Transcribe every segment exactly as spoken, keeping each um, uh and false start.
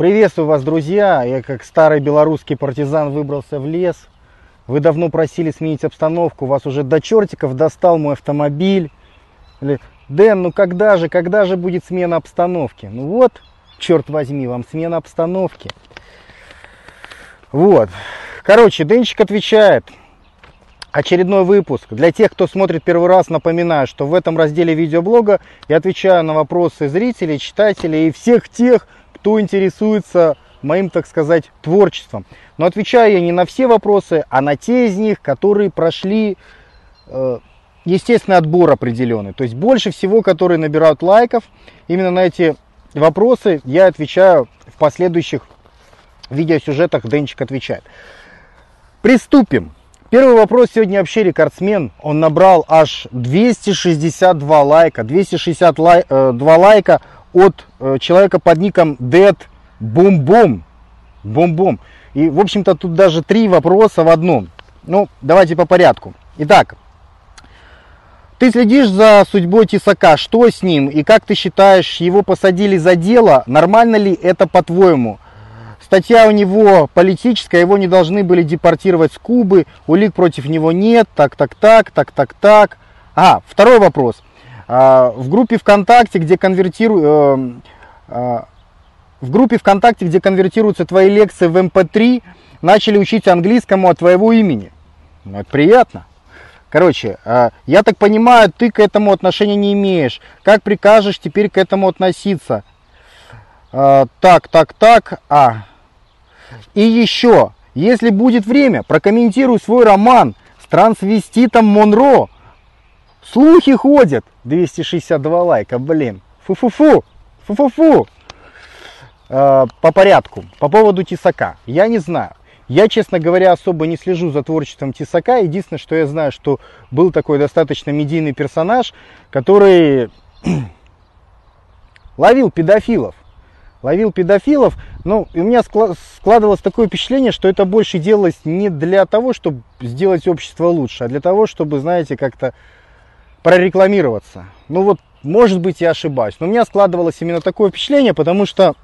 Приветствую вас, друзья. Я как старый белорусский партизан выбрался в лес. Вы давно просили сменить обстановку. Вас уже до чертиков достал мой автомобиль. Дэн, ну когда же, когда же будет смена обстановки? Ну вот, черт возьми, вам смена обстановки. Вот. Короче, Денчик отвечает. Очередной выпуск. Для тех, кто смотрит первый раз, напоминаю, что в этом разделе видеоблога я отвечаю на вопросы зрителей, читателей и всех тех, кто интересуется моим, так сказать, творчеством. Но отвечаю я не на все вопросы, а на те из них, которые прошли э, естественный отбор определенный. То есть больше всего, которые набирают лайков, именно на эти вопросы я отвечаю в последующих видеосюжетах. Денчик отвечает. Приступим. Первый вопрос сегодня вообще рекордсмен. Он набрал аж двести шестьдесят два лайка. двести шестьдесят два лайка от э, человека под ником Dead Boom Boom. Boom Boom. И, в общем-то, тут даже три вопроса в одном. Ну, давайте по порядку. Итак, ты следишь за судьбой Тесака. Что с ним? И как ты считаешь, его посадили за дело? Нормально ли это, по-твоему? Статья у него политическая, его не должны были депортировать с Кубы, улик против него нет, так, так, так, так, так, так. А, второй вопрос. В группе ВКонтакте, где конвертирую, в группе ВКонтакте, где конвертируются твои лекции в эм пэ три, начали учить английскому от твоего имени. Ну, это приятно. Короче, я так понимаю, ты к этому отношения не имеешь. Как прикажешь теперь к этому относиться? Так, так, так, а... И еще, если будет время, прокомментируй свой роман с трансвеститом Монро. Слухи ходят. двести шестьдесят два лайка, блин. Фу-фу-фу. Фу-фу-фу. Э, по порядку. По поводу Тесака. Я не знаю. Я, честно говоря, особо не слежу за творчеством Тесака. Единственное, что я знаю, что был такой достаточно медийный персонаж, который ловил педофилов. Ловил педофилов, ну, и у меня складывалось такое впечатление, что это больше делалось не для того, чтобы сделать общество лучше, а для того, чтобы, знаете, как-то прорекламироваться. Ну вот, может быть, я ошибаюсь, но у меня складывалось именно такое впечатление, потому что,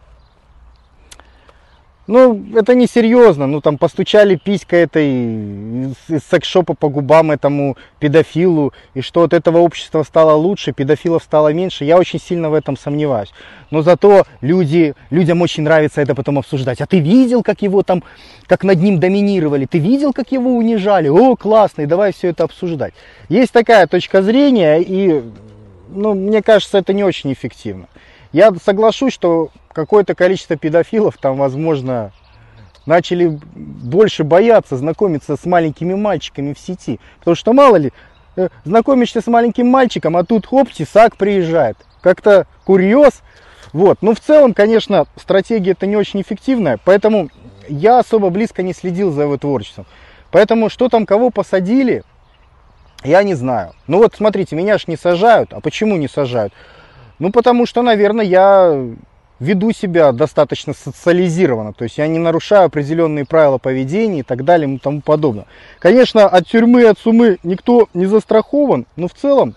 ну, это несерьезно, ну, там, постучали писька этой из секс-шопа по губам этому педофилу, и что от этого общества стало лучше, педофилов стало меньше, я очень сильно в этом сомневаюсь. Но зато люди, людям очень нравится это потом обсуждать. А ты видел, как его там, как над ним доминировали? Ты видел, как его унижали? О, классно, и давай все это обсуждать. Есть такая точка зрения, и, ну, мне кажется, это не очень эффективно. Я соглашусь, что какое-то количество педофилов там, возможно, начали больше бояться знакомиться с маленькими мальчиками в сети. Потому что, мало ли, знакомишься с маленьким мальчиком, а тут хоп, Тесак приезжает. Как-то курьез. Вот. Но в целом, конечно, стратегия это не очень эффективная, поэтому я особо близко не следил за его творчеством. Поэтому, что там, кого посадили, я не знаю. Ну вот, смотрите, меня ж не сажают. А почему не сажают? Ну, потому что, наверное, я веду себя достаточно социализированно. То есть я не нарушаю определенные правила поведения и так далее и тому подобное. Конечно, от тюрьмы, от сумы никто не застрахован, но в целом,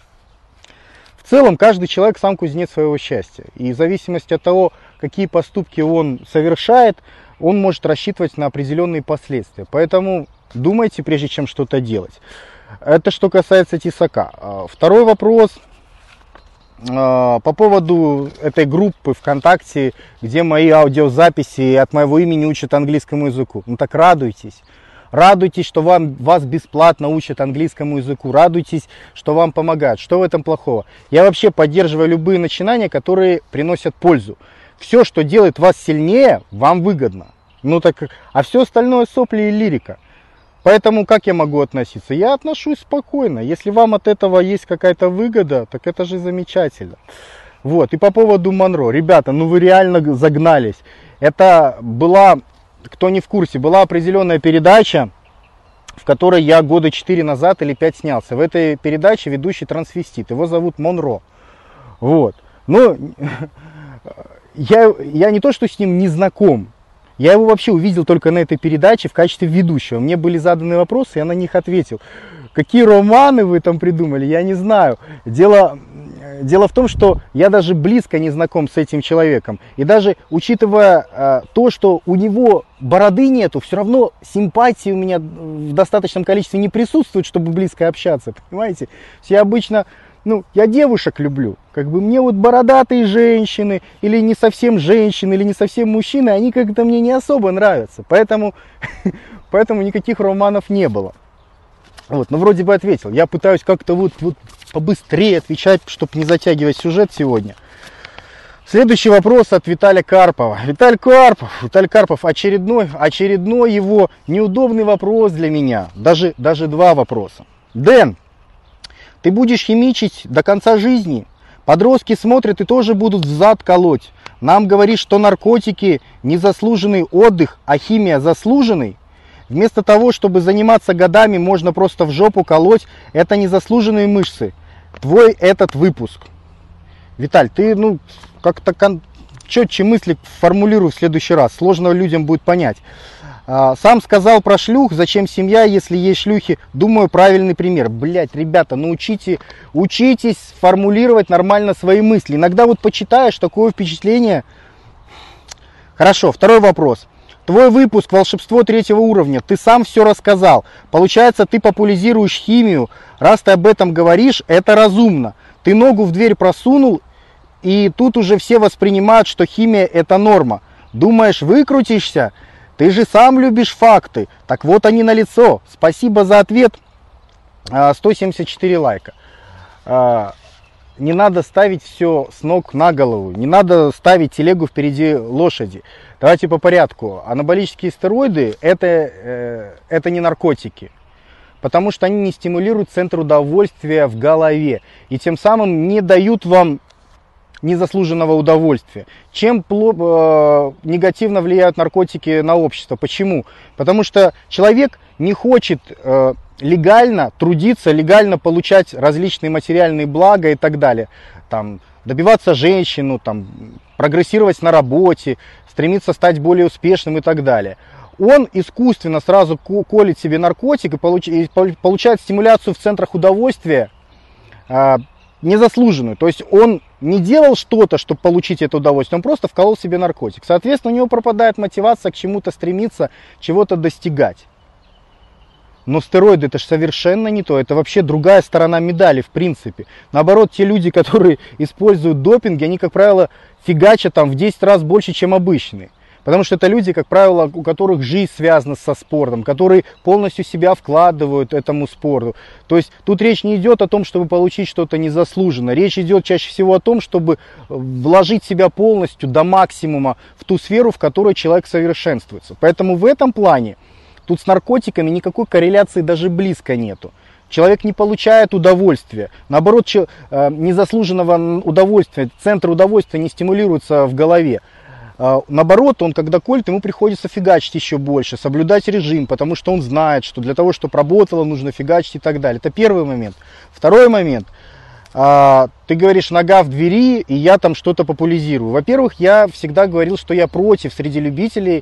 в целом каждый человек сам кузнец своего счастья. И в зависимости от того, какие поступки он совершает, он может рассчитывать на определенные последствия. Поэтому думайте, прежде чем что-то делать. Это что касается Тесака. Второй вопрос. По поводу этой группы ВКонтакте, где мои аудиозаписи от моего имени учат английскому языку. Ну так радуйтесь. Радуйтесь, что вам, вас бесплатно учат английскому языку. Радуйтесь, что вам помогают. Что в этом плохого? Я вообще поддерживаю любые начинания, которые приносят пользу. Все, что делает вас сильнее, вам выгодно. Ну так, а все остальное сопли и лирика. Поэтому как я могу относиться? Я отношусь спокойно. Если вам от этого есть какая-то выгода, так это же замечательно. Вот. И по поводу Монро. Ребята, ну вы реально загнались. Это была, кто не в курсе, была определенная передача, в которой я года четыре назад или пять снялся. В этой передаче ведущий трансвестит. Его зовут Монро. Вот. Ну, я, я не то, что с ним не знаком. Я его вообще увидел только на этой передаче в качестве ведущего. Мне были заданы вопросы, я на них ответил. Какие романы вы там придумали, я не знаю. Дело, дело в том, что я даже близко не знаком с этим человеком. И даже учитывая э, то, что у него бороды нету, все равно симпатии у меня в достаточном количестве не присутствует, чтобы близко общаться, понимаете? Я обычно, ну, я девушек люблю. Как бы мне вот бородатые женщины, или не совсем женщины, или не совсем мужчины, они как-то мне не особо нравятся. Поэтому, поэтому никаких романов не было. Вот, ну вроде бы ответил. Я пытаюсь как-то вот, вот побыстрее отвечать, чтобы не затягивать сюжет сегодня. Следующий вопрос от Виталия Карпова. Виталий Карпов, Виталий Карпов, очередной, очередной его неудобный вопрос для меня. Даже, даже два вопроса. Дэн, ты будешь химичить до конца жизни? Подростки смотрят и тоже будут зад колоть. Нам говоришь, что наркотики незаслуженный отдых, а химия заслуженный? Вместо того, чтобы заниматься годами, можно просто в жопу колоть. Это незаслуженные мышцы. Твой этот выпуск. Виталь, ты, ну, как-то кон- четче мысли формулируй в следующий раз. Сложно людям будет понять. А, сам сказал про шлюх. Зачем семья, если есть шлюхи? Думаю, правильный пример. Блять, ребята, ну учите, учитесь формулировать нормально свои мысли. Иногда вот почитаешь, такое впечатление. Хорошо, второй вопрос. Твой выпуск «Волшебство третьего уровня», ты сам все рассказал. Получается, ты популяризируешь химию. Раз ты об этом говоришь, это разумно. Ты ногу в дверь просунул, и тут уже все воспринимают, что химия – это норма. Думаешь, выкрутишься? Ты же сам любишь факты. Так вот они налицо. Спасибо за ответ. сто семьдесят четыре лайка. Не надо ставить все с ног на голову. Не надо ставить телегу впереди лошади. Давайте по порядку. Анаболические стероиды это, э, это не наркотики. Потому что они не стимулируют центр удовольствия в голове. И тем самым не дают вам незаслуженного удовольствия. Чем э, негативно влияют наркотики на общество? Почему? Потому что человек не хочет э, легально трудиться, легально получать различные материальные блага и так далее. Там, добиваться женщину, там, прогрессировать на работе, стремиться стать более успешным и так далее. Он искусственно сразу колет себе наркотик и, получ, и получает стимуляцию в центрах удовольствия э, незаслуженную. То есть он не делал что-то, чтобы получить это удовольствие, он просто вколол себе наркотик. Соответственно, у него пропадает мотивация к чему-то стремиться, чего-то достигать. Но стероиды это же совершенно не то, это вообще другая сторона медали в принципе. Наоборот, те люди, которые используют допинги, они, как правило, фигачат там в десять раз больше, чем обычные. Потому что это люди, как правило, у которых жизнь связана со спортом, которые полностью себя вкладывают этому спорту. То есть тут речь не идет о том, чтобы получить что-то незаслуженно. Речь идет чаще всего о том, чтобы вложить себя полностью до максимума в ту сферу, в которой человек совершенствуется. Поэтому в этом плане тут с наркотиками никакой корреляции даже близко нету. Человек не получает удовольствия. Наоборот, незаслуженного удовольствия, центр удовольствия не стимулируется в голове. Наоборот, он когда колет, ему приходится фигачить еще больше, соблюдать режим, потому что он знает, что для того, чтобы работало, нужно фигачить и так далее. Это первый момент. Второй момент. Ты говоришь, нога в двери, и я там что-то популяризирую. Во-первых, я всегда говорил, что я против среди любителей,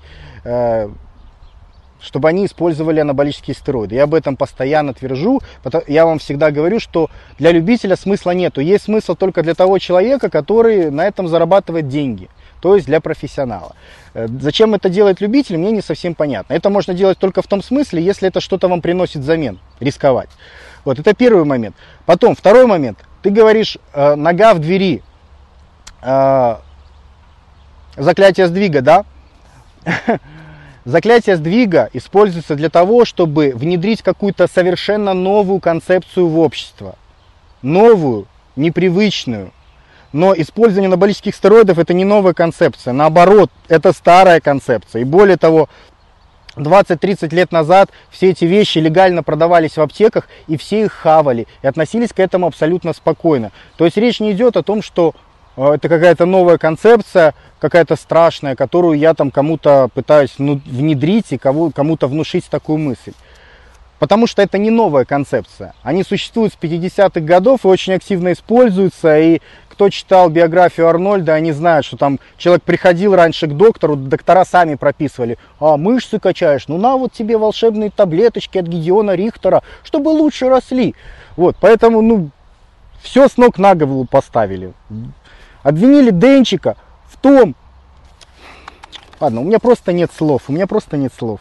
чтобы они использовали анаболические стероиды. Я об этом постоянно твержу. Я вам всегда говорю, что для любителя смысла нету. Есть смысл только для того человека, который на этом зарабатывает деньги. То есть для профессионала. Зачем это делает любитель, мне не совсем понятно. Это можно делать только в том смысле, если это что-то вам приносит взамен. Рисковать. Вот это первый момент. Потом, второй момент. Ты говоришь, э, нога в двери. Э, заклятие сдвига, да? Заклятие сдвига используется для того, чтобы внедрить какую-то совершенно новую концепцию в общество. Новую, непривычную. Но использование анаболических стероидов это не новая концепция. Наоборот, это старая концепция. И более того, двадцать-тридцать лет назад все эти вещи легально продавались в аптеках, и все их хавали. И относились к этому абсолютно спокойно. То есть речь не идет о том, что это какая-то новая концепция, какая-то страшная, которую я там кому-то пытаюсь ну, внедрить и кому-то внушить такую мысль. Потому что это не новая концепция. Они существуют с пятидесятых годов и очень активно используются. И кто читал биографию Арнольда, они знают, что там человек приходил раньше к доктору, доктора сами прописывали. А, мышцы качаешь? Ну на вот тебе волшебные таблеточки от Гедеона Рихтера, чтобы лучше росли. Вот, поэтому, ну, все с ног на голову поставили. Обвинили Денчика в том... Ладно, у меня просто нет слов, у меня просто нет слов.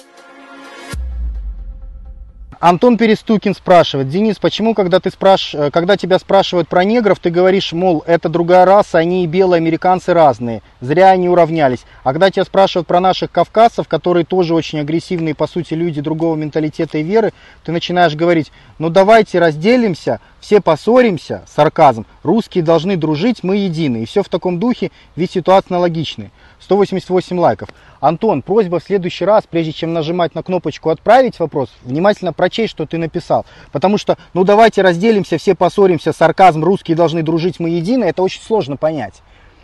Антон Перестукин спрашивает: Денис, почему, когда, ты спраш... когда тебя спрашивают про негров, ты говоришь, мол, это другая раса, они и белые, американцы разные, зря они уравнялись. А когда тебя спрашивают про наших кавказцев, которые тоже очень агрессивные, по сути, люди другого менталитета и веры, ты начинаешь говорить, ну давайте разделимся, все поссоримся, сарказм, русские должны дружить, мы едины. И все в таком духе, ведь ситуация аналогичная. сто восемьдесят восемь лайков. Антон, просьба в следующий раз, прежде чем нажимать на кнопочку «Отправить вопрос», внимательно прочесть, что ты написал. Потому что, ну давайте разделимся, все поссоримся, сарказм, русские должны дружить, мы едины, это очень сложно понять.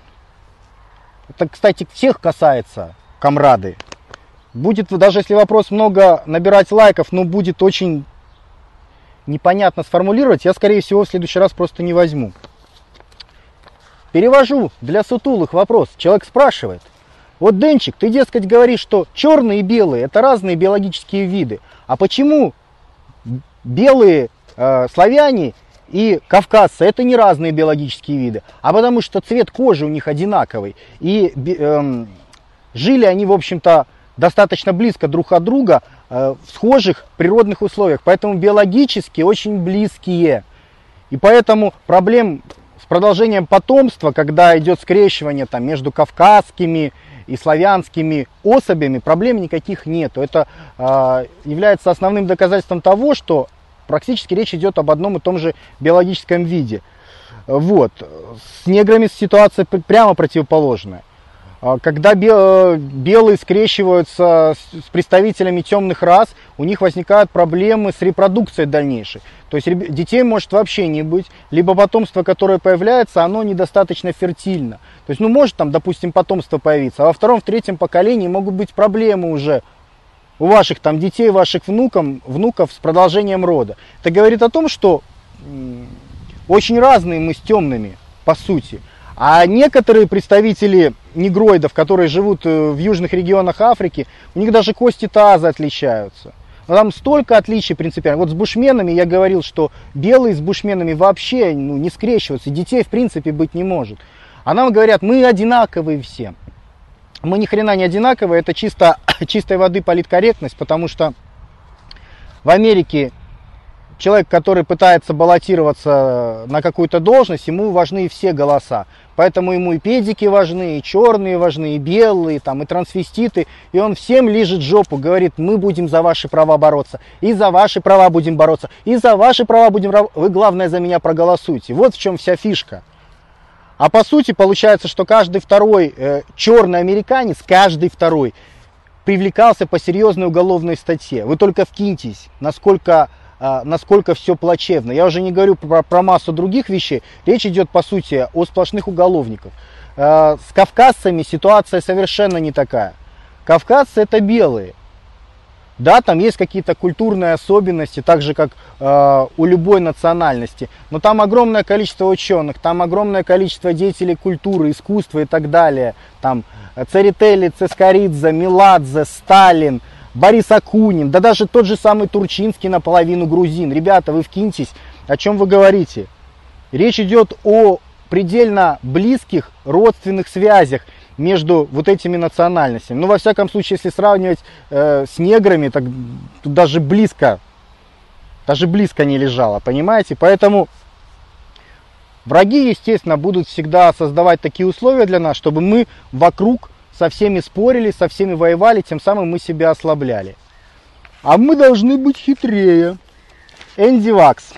Это, кстати, всех касается, комрады. Будет, даже если вопрос много набирать лайков, но будет очень непонятно сформулировать, я, скорее всего, в следующий раз просто не возьму. Перевожу для сутулых вопрос. Человек спрашивает. Вот, Денчик, ты, дескать, говоришь, что черные и белые это разные биологические виды. А почему белые э, славяне и кавказцы это не разные биологические виды? А потому что цвет кожи у них одинаковый. И э, жили они, в общем-то, достаточно близко друг от друга э, в схожих природных условиях. Поэтому биологически очень близкие. И поэтому проблем с продолжением потомства, когда идет скрещивание там, между кавказскими и славянскими особями, проблем никаких нету. Это э, является основным доказательством того, что практически речь идет об одном и том же биологическом виде. Вот. С неграми ситуация прямо противоположная. Когда белые скрещиваются с представителями темных рас, у них возникают проблемы с репродукцией дальнейшей. То есть детей может вообще не быть, либо потомство, которое появляется, оно недостаточно фертильно. То есть, ну, может там, допустим, потомство появиться, а во втором, в третьем поколении могут быть проблемы уже у ваших там детей, ваших внуков, внуков с продолжением рода. Это говорит о том, что очень разные мы с темными, по сути. А некоторые представители негроидов, которые живут в южных регионах Африки, у них даже кости таза отличаются. Но там столько отличий принципиально. Вот с бушменами я говорил, что белые с бушменами вообще ну, не скрещиваются. Детей в принципе быть не может. А нам говорят, мы одинаковые все. Мы ни хрена не одинаковые, это чисто чистой воды политкорректность, потому что в Америке человек, который пытается баллотироваться на какую-то должность, ему важны все голоса. Поэтому ему и педики важны, и черные важны, и белые, там, и трансвеститы. И он всем лижет жопу, говорит, мы будем за ваши права бороться. И за ваши права будем бороться. И за ваши права будем бороться. Вы, главное, за меня проголосуйте. Вот в чем вся фишка. А по сути получается, что каждый второй э, черный американец, каждый второй привлекался по серьезной уголовной статье. Вы только вкиньтесь, насколько... насколько все плачевно. Я уже не говорю про, про массу других вещей. Речь идет, по сути, о сплошных уголовниках. С кавказцами ситуация совершенно не такая. Кавказцы это белые. Да, там есть какие-то культурные особенности, так же, как э, у любой национальности. Но там огромное количество ученых, там огромное количество деятелей культуры, искусства и так далее. Там Церетели, Цескоридзе, Меладзе, Сталин, Борис Акунин, да даже тот же самый Турчинский наполовину грузин. Ребята, вы вкиньтесь, о чем вы говорите? Речь идет о предельно близких родственных связях между вот этими национальностями. Ну, во всяком случае, если сравнивать э, с неграми, так тут даже близко, даже близко не лежало, понимаете? Поэтому враги, естественно, будут всегда создавать такие условия для нас, чтобы мы вокруг со всеми спорили, со всеми воевали, тем самым мы себя ослабляли. А мы должны быть хитрее. Энди Вакс.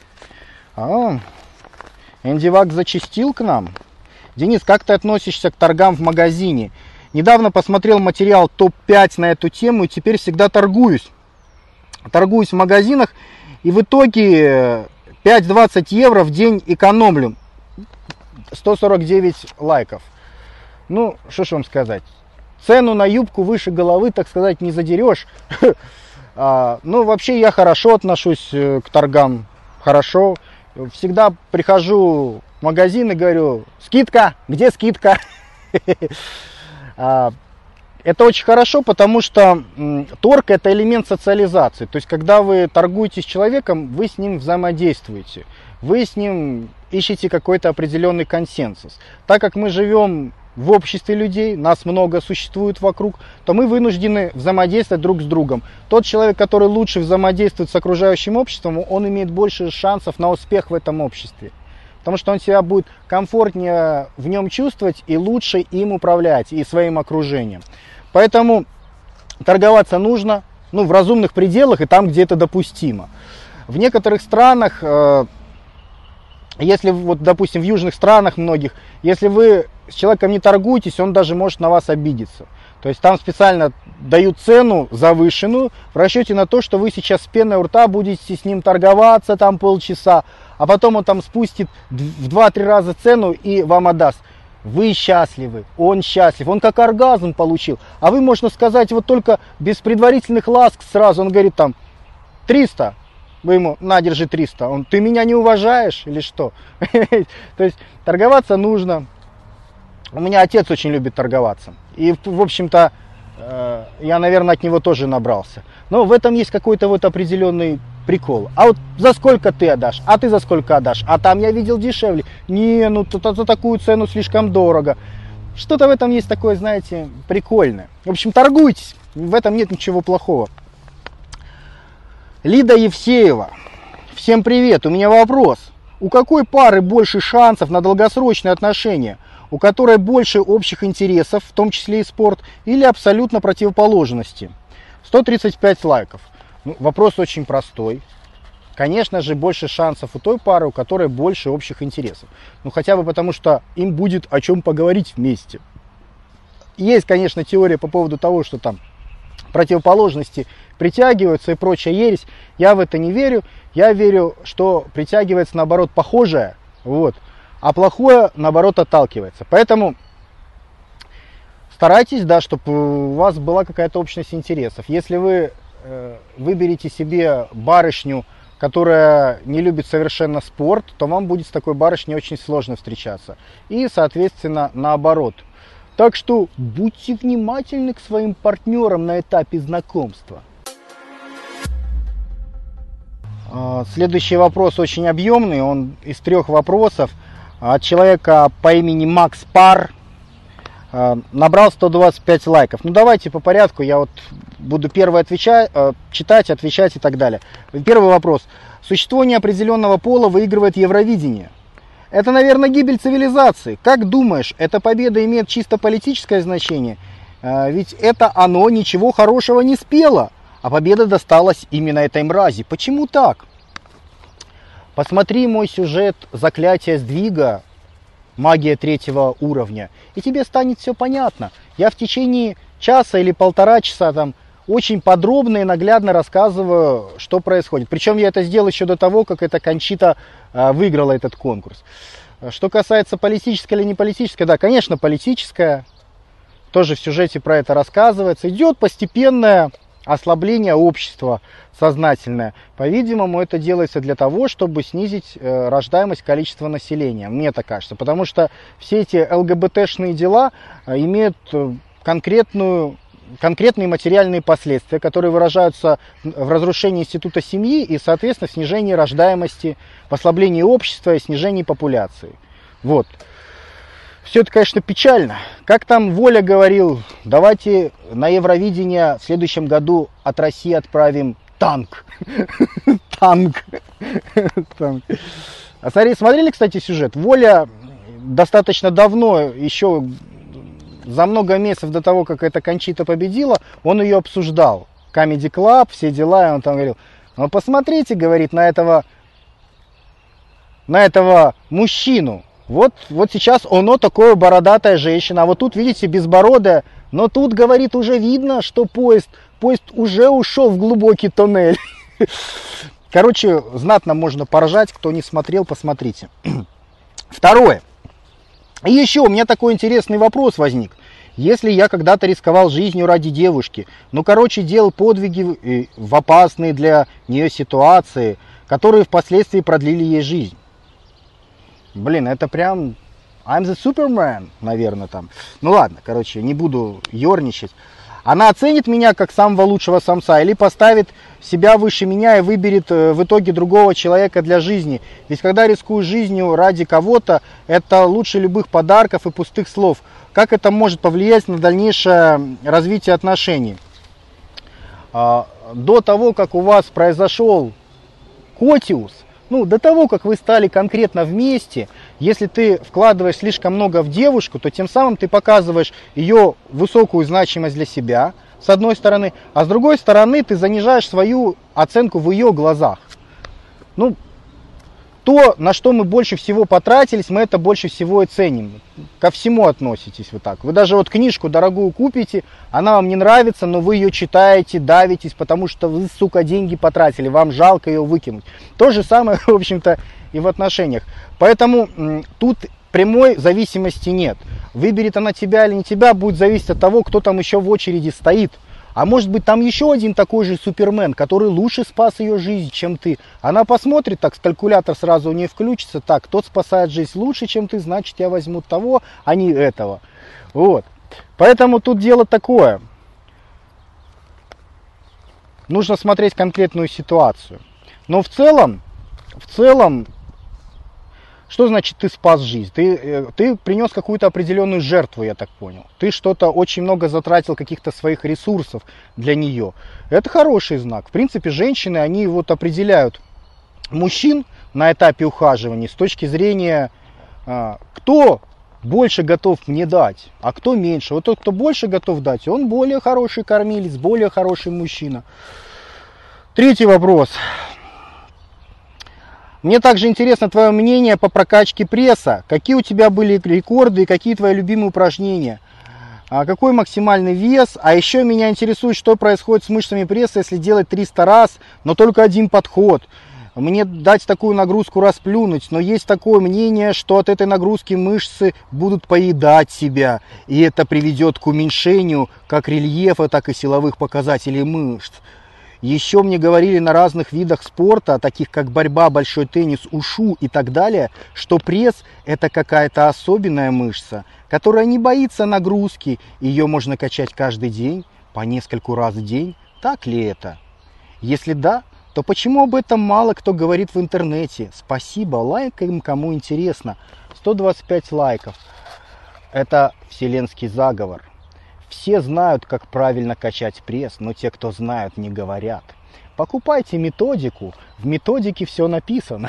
А, Энди Вакс зачастил к нам. Денис, как ты относишься к торгам в магазине? Недавно посмотрел материал топ пять на эту тему и теперь всегда торгуюсь. Торгуюсь в магазинах и в итоге пять-двадцать евро в день экономлю. сто сорок девять лайков. Ну, что ж вам сказать. Цену на юбку выше головы, так сказать, не задерешь. а, ну, вообще я хорошо отношусь к торгам. Хорошо. Всегда прихожу в магазин и говорю, скидка, где скидка? а, Это очень хорошо, потому что м, торг это элемент социализации. То есть, когда вы торгуете с человеком, вы с ним взаимодействуете. Вы с ним ищете какой-то определенный консенсус. Так как мы живем в обществе людей, нас много существует вокруг, то мы вынуждены взаимодействовать друг с другом. Тот человек, который лучше взаимодействует с окружающим обществом, он имеет больше шансов на успех в этом обществе. Потому что он себя будет комфортнее в нем чувствовать и лучше им управлять, и своим окружением. Поэтому торговаться нужно, ну, в разумных пределах и там, где это допустимо. В некоторых странах, э, если, вот, допустим, в южных странах многих, если вы с человеком не торгуетесь, он даже может на вас обидеться. То есть там специально дают цену завышенную в расчете на то, что вы сейчас с пеной у рта будете с ним торговаться там полчаса, а потом он там спустит в два-три раза цену и вам отдаст. Вы счастливы, он счастлив, он как оргазм получил. А вы, можно сказать, вот только без предварительных ласк сразу, он говорит там триста. Вы ему, на, держи триста. Он, ты меня не уважаешь или что? То есть торговаться нужно. У меня отец очень любит торговаться. И, в общем-то, я, наверное, от него тоже набрался. Но в этом есть какой-то вот определенный прикол. А вот за сколько ты отдашь? А ты за сколько отдашь? А там я видел дешевле. Не, ну за такую цену слишком дорого. Что-то в этом есть такое, знаете, прикольное. В общем, торгуйтесь. В этом нет ничего плохого. Лида Евсеева. Всем привет. У меня вопрос. У какой пары больше шансов на долгосрочные отношения? У которой больше общих интересов, в том числе и спорт, или абсолютно противоположности? сто тридцать пять лайков. Ну, вопрос очень простой. Конечно же, больше шансов у той пары, у которой больше общих интересов. Ну, хотя бы потому, что им будет о чем поговорить вместе. Есть, конечно, теория по поводу того, что там противоположности притягиваются и прочая ересь. Я в это не верю. Я верю, что притягивается, наоборот, похожее, вот, а плохое, наоборот, отталкивается. Поэтому старайтесь, да, чтобы у вас была какая-то общность интересов. Если вы э, выберете себе барышню, которая не любит совершенно спорт, то вам будет с такой барышней очень сложно встречаться. И, соответственно, наоборот. Так что будьте внимательны к своим партнерам на этапе знакомства. Следующий вопрос очень объемный, он из трех вопросов. От человека по имени Макс Пар. Набрал сто двадцать пять лайков. Ну давайте по порядку, я вот буду первый отвечать, читать, отвечать и так далее. Первый вопрос. Существо неопределенного пола выигрывает Евровидение. Это, наверное, гибель цивилизации. Как думаешь, эта победа имеет чисто политическое значение? Ведь это оно ничего хорошего не спело, а победа досталась именно этой мрази. Почему так? Посмотри мой сюжет «Заклятие сдвига. Магия третьего уровня», и тебе станет все понятно. Я в течение часа или полтора часа там очень подробно и наглядно рассказываю, что происходит. Причем я это сделал еще до того, как эта Кончита э, выиграла этот конкурс. Что касается политической или не политической, да, конечно, политическая. Тоже в сюжете про это рассказывается. Идет постепенное ослабление общества сознательное. По-видимому, это делается для того, чтобы снизить э, рождаемость количества населения, мне так кажется. Потому что все эти ЛГБТшные дела э, имеют э, конкретную, конкретные материальные последствия, которые выражаются в разрушении института семьи и, соответственно, в снижении рождаемости, в ослаблении общества и снижении популяции. Вот. Все это, конечно, печально. Как там Воля говорил, давайте на Евровидение в следующем году от России отправим танк. Танк. А смотрели, кстати, сюжет? Воля достаточно давно, еще за много месяцев до того, как эта Кончита победила, он ее обсуждал. Comedy Club, все дела, и он там говорил, ну посмотрите, говорит, на этого, на этого мужчину. Вот, вот сейчас оно такое бородатая женщина, а вот тут, видите, безбородая, но тут, говорит, уже видно, что поезд, поезд уже ушел в глубокий тоннель. Короче, знатно можно поржать, кто не смотрел, посмотрите. Второе. И еще у меня такой интересный вопрос возник. Если я когда-то рисковал жизнью ради девушки, ну, короче, делал подвиги в опасные для нее ситуации, которые впоследствии продлили ей жизнь. Блин, это прям I'm the Superman, наверное, там. Ну ладно, короче, не буду ерничать. Она оценит меня как самого лучшего самца или поставит себя выше меня и выберет в итоге другого человека для жизни. Ведь когда рискуешь жизнью ради кого-то, это лучше любых подарков и пустых слов. Как это может повлиять на дальнейшее развитие отношений? До того, как у вас произошел котиус, ну, до того, как вы стали конкретно вместе, если ты вкладываешь слишком много в девушку, то тем самым ты показываешь ее высокую значимость для себя, с одной стороны, а с другой стороны ты занижаешь свою оценку в ее глазах. Ну, то, на что мы больше всего потратились, мы это больше всего и ценим. Ко всему относитесь вы так. Вы даже вот книжку дорогую купите, она вам не нравится, но вы ее читаете, давитесь, потому что вы, сука, деньги потратили, вам жалко ее выкинуть. То же самое, в общем-то, и в отношениях. Поэтому м, тут прямой зависимости нет. Выберет она тебя или не тебя, будет зависеть от того, кто там еще в очереди стоит. А может быть там еще один такой же супермен, который лучше спас ее жизнь, чем ты. Она посмотрит, так, калькулятор сразу у нее включится. Так, тот спасает жизнь лучше, чем ты, значит я возьму того, а не этого. Вот. Поэтому тут дело такое. Нужно смотреть конкретную ситуацию. Но в целом, в целом, что значит ты спас жизнь? Ты, ты принес какую-то определенную жертву, я так понял. Ты что-то очень много затратил каких-то своих ресурсов для нее. Это хороший знак. В принципе, женщины, они вот определяют мужчин на этапе ухаживания с точки зрения, кто больше готов мне дать, а кто меньше. Вот тот, кто больше готов дать, он более хороший кормилец, более хороший мужчина. Третий вопрос. Мне также интересно твое мнение по прокачке пресса. Какие у тебя были рекорды и какие твои любимые упражнения? А какой максимальный вес? А еще меня интересует, что происходит с мышцами пресса, если делать триста раз, но только один подход. Мне дать такую нагрузку расплюнуть, но есть такое мнение, что от этой нагрузки мышцы будут поедать себя. И это приведет к уменьшению как рельефа, так и силовых показателей мышц. Еще мне говорили на разных видах спорта, таких как борьба, большой теннис, ушу и так далее, что пресс это какая-то особенная мышца, которая не боится нагрузки. Ее можно качать каждый день, по нескольку раз в день. Так ли это? Если да, то почему об этом мало кто говорит в интернете? Спасибо, лайкаем, кому интересно. сто двадцать пять лайков. Это вселенский заговор. Все знают, как правильно качать пресс, но те, кто знают, не говорят. Покупайте методику, в методике все написано.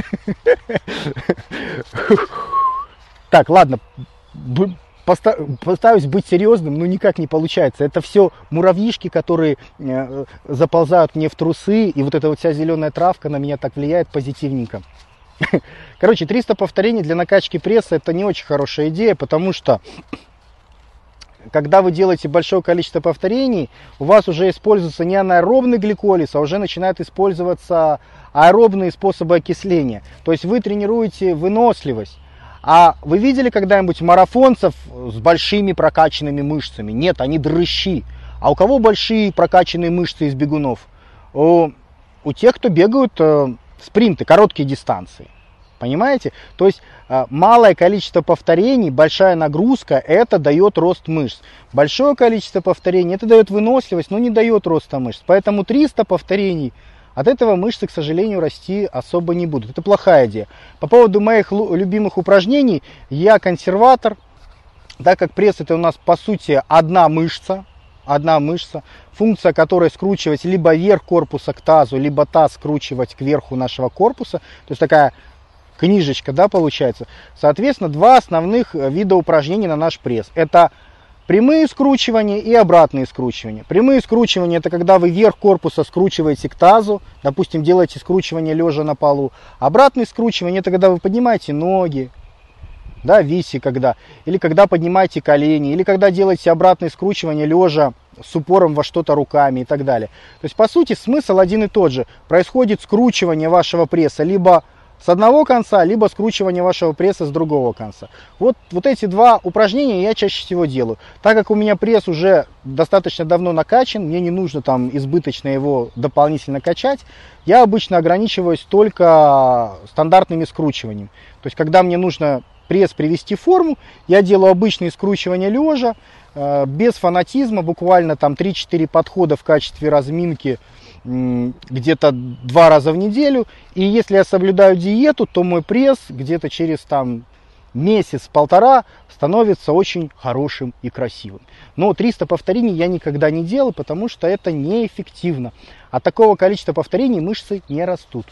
Так, ладно, постараюсь быть серьезным, но никак не получается. Это все муравьишки, которые заползают мне в трусы, и вот эта вот вся зеленая травка на меня так влияет позитивненько. Короче, триста повторений для накачки пресса это не очень хорошая идея, потому что когда вы делаете большое количество повторений, у вас уже используется не анаэробный гликолиз, а уже начинают использоваться аэробные способы окисления. То есть вы тренируете выносливость. А вы видели когда-нибудь марафонцев с большими прокачанными мышцами? Нет, они дрыщи. А у кого большие прокачанные мышцы из бегунов? У, у тех, кто бегают э, спринты, короткие дистанции. Понимаете? То есть э, малое количество повторений, большая нагрузка, это дает рост мышц. Большое количество повторений, это дает выносливость, но не дает роста мышц. Поэтому триста повторений, от этого мышцы, к сожалению, расти особо не будут. Это плохая идея. По поводу моих любимых упражнений, я консерватор, так как пресс это у нас по сути одна мышца, одна мышца, функция которой скручивать либо верх корпуса к тазу, либо таз скручивать к верху нашего корпуса. То есть такая книжечка, да, получается. Соответственно, два основных вида упражнений на наш пресс. Это прямые скручивания и обратные скручивания. Прямые скручивания это когда вы верх корпуса скручиваете к тазу, допустим, делаете скручивание лежа на полу. Обратные скручивания это когда вы поднимаете ноги, да, виси когда, или когда поднимаете колени, или когда делаете обратные скручивания лежа с упором во что-то руками и так далее. То есть, по сути, смысл один и тот же. Происходит скручивание вашего пресса либо с одного конца, либо скручивание вашего пресса с другого конца. Вот, вот эти два упражнения я чаще всего делаю. Так как у меня пресс уже достаточно давно накачан, мне не нужно там избыточно его дополнительно качать, я обычно ограничиваюсь только стандартными скручиваниями. То есть, когда мне нужно пресс привести в форму, я делаю обычные скручивания лежа, э, без фанатизма, буквально там три-четыре подхода в качестве разминки э, где-то два раза в неделю. И если я соблюдаю диету, то мой пресс где-то через там месяц-полтора становится очень хорошим и красивым. Но триста повторений я никогда не делаю, потому что это неэффективно. От такого количества повторений мышцы не растут.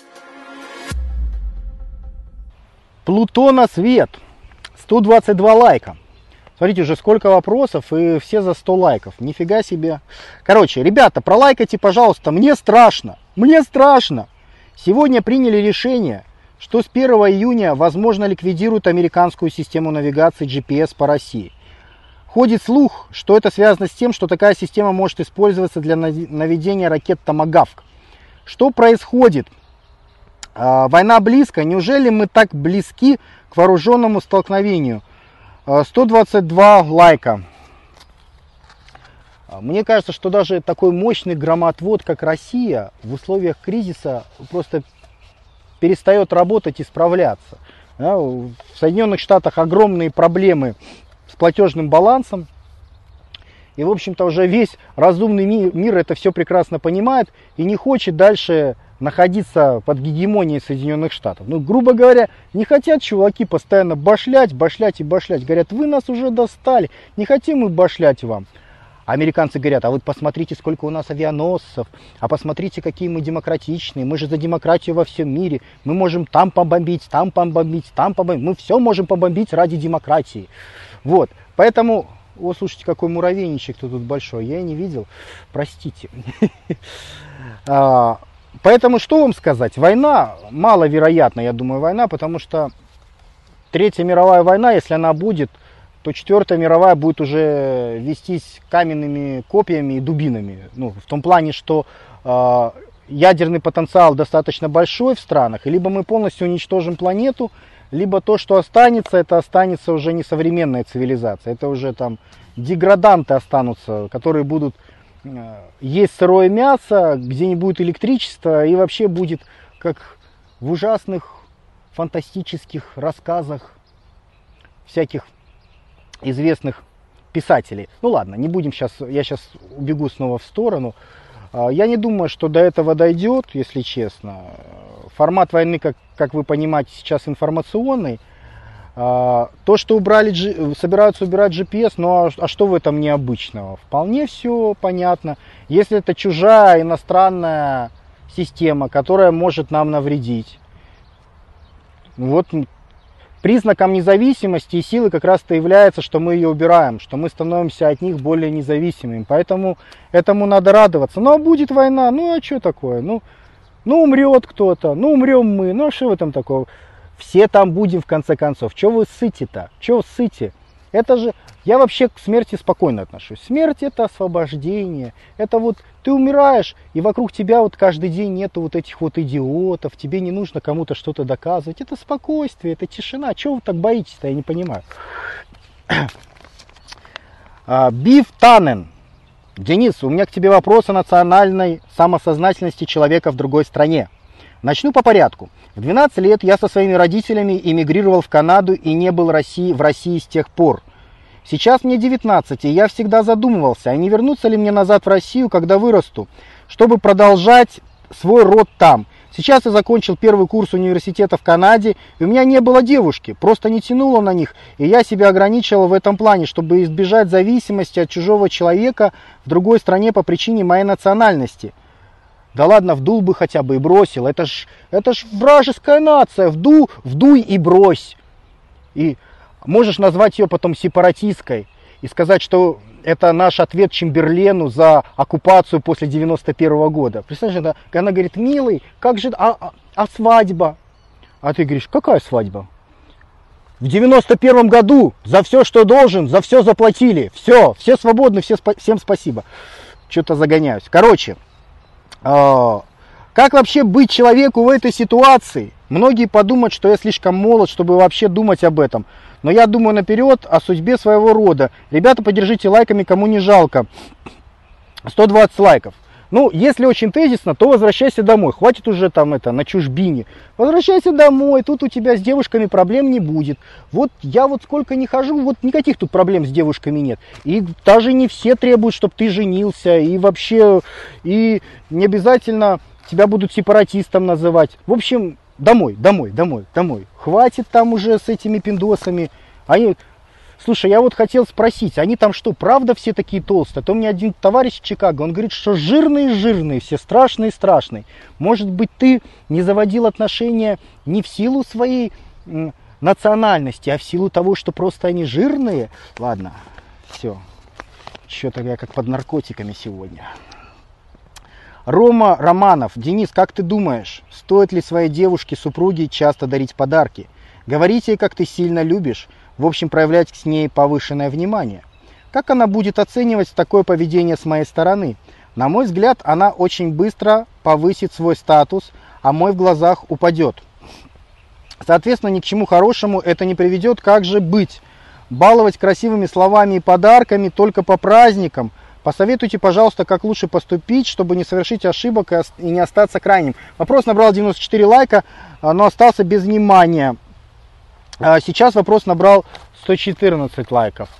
Плутона Свет. сто двадцать два лайка. Смотрите, уже сколько вопросов, и все за сто лайков. Нифига себе. Короче, ребята, пролайкайте, пожалуйста. Мне страшно. Мне страшно. Сегодня приняли решение, что с первого июня, возможно, ликвидируют американскую систему навигации джи пи эс по России. Ходит слух, что это связано с тем, что такая система может использоваться для наведения ракет «Томагавк». Что происходит? Война близко. Неужели мы так близки к вооруженному столкновению? сто двадцать два лайка. Мне кажется, что даже такой мощный громотвод, как Россия, в условиях кризиса просто перестает работать и справляться. В Соединенных Штатах огромные проблемы с платежным балансом. И, в общем-то, уже весь разумный мир, мир это все прекрасно понимает и не хочет дальше находиться под гегемонией Соединенных Штатов. Ну, грубо говоря, не хотят чуваки постоянно башлять, башлять и башлять. Говорят, вы нас уже достали, не хотим мы башлять вам. Американцы говорят, а вы посмотрите, сколько у нас авианосцев, а посмотрите, какие мы демократичные, мы же за демократию во всем мире, мы можем там побомбить, там побомбить, там побомбить, мы все можем побомбить ради демократии. Вот, поэтому, о, слушайте, какой муравейничек-то тут большой, я и не видел, простите. Поэтому что вам сказать, война, маловероятна, я думаю, война, потому что Третья мировая война, если она будет, то Четвертая мировая будет уже вестись каменными копьями и дубинами. Ну, в том плане, что э, ядерный потенциал достаточно большой в странах, и либо мы полностью уничтожим планету, либо то, что останется, это останется уже не современная цивилизация. Это уже там деграданты останутся, которые будут э, есть сырое мясо, где не будет электричества, и вообще будет как в ужасных фантастических рассказах всяких известных писателей. Ну ладно, не будем сейчас, я сейчас убегу снова в сторону. Я не думаю, что до этого дойдет, если честно. Формат войны, как, как вы понимаете, сейчас информационный. То, что убрали, собираются убирать джи пи эс, ну а, а что в этом необычного? Вполне все понятно. Если это чужая иностранная система, которая может нам навредить. Вот признаком независимости и силы как раз-то является, что мы ее убираем, что мы становимся от них более независимыми. Поэтому этому надо радоваться. Ну а будет война, ну а что такое? Ну, ну умрет кто-то, ну умрем мы, ну а что в этом такого? Все там будем в конце концов. Чего вы ссыте-то? Чего ссыте? Это же, я вообще к смерти спокойно отношусь. Смерть это освобождение. Это вот ты умираешь, и вокруг тебя вот каждый день нету вот этих вот идиотов. Тебе не нужно кому-то что-то доказывать. Это спокойствие, это тишина. Чего вы так боитесь-то, я не понимаю. Биф Танен. Денис, у меня к тебе вопрос о национальной самосознательности человека в другой стране. Начну по порядку. В двенадцать лет я со своими родителями эмигрировал в Канаду и не был в России, в России с тех пор. Сейчас мне девятнадцать, и я всегда задумывался, а не вернуться ли мне назад в Россию, когда вырасту, чтобы продолжать свой род там. Сейчас я закончил первый курс университета в Канаде, и у меня не было девушки, просто не тянуло на них, и я себя ограничивал в этом плане, чтобы избежать зависимости от чужого человека в другой стране по причине моей национальности. Да ладно, вдул бы хотя бы и бросил. Это ж, это ж вражеская нация. Вду, вдуй и брось. И можешь назвать ее потом сепаратисткой. И сказать, что это наш ответ Чемберлену за оккупацию после девяносто первого года. Представляешь, она, она говорит, милый, как же, а, а, а свадьба? А ты говоришь, какая свадьба? В девяносто первом году за все, что должен, за все заплатили. Все, все свободны, все, всем спасибо. Что-то загоняюсь. Короче. Как Как вообще быть человеку в этой ситуации? Многие подумают, что я слишком молод, чтобы вообще думать об этом. Но я думаю наперед о судьбе своего рода. Ребята, поддержите лайками, кому не жалко. сто двадцать лайков. Ну, если очень тезисно, то возвращайся домой. Хватит уже там это, на чужбине. Возвращайся домой, тут у тебя с девушками проблем не будет. Вот я вот сколько не хожу, вот никаких тут проблем с девушками нет. И даже не все требуют, чтобы ты женился. И вообще, и не обязательно тебя будут сепаратистом называть. В общем, домой, домой, домой, домой. Хватит там уже с этими пиндосами. Они... Слушай, я вот хотел спросить, они там что, правда все такие толстые? А то мне один товарищ в Чикаго, он говорит, что жирные-жирные, все страшные-страшные. Может быть, ты не заводил отношения не в силу своей м, национальности, а в силу того, что просто они жирные? Ладно, все. Что-то я как под наркотиками сегодня. Рома Романов. Денис, как ты думаешь, стоит ли своей девушке, супруге часто дарить подарки? Говорить ей, как ты сильно любишь. В общем, проявлять с ней повышенное внимание. Как она будет оценивать такое поведение с моей стороны? На мой взгляд, она очень быстро повысит свой статус, а мой в глазах упадет. Соответственно, ни к чему хорошему это не приведет. Как же быть? Баловать красивыми словами и подарками только по праздникам? Посоветуйте, пожалуйста, как лучше поступить, чтобы не совершить ошибок и не остаться крайним. Вопрос набрал девяносто четыре лайка, но остался без внимания. Сейчас вопрос набрал сто четырнадцать лайков.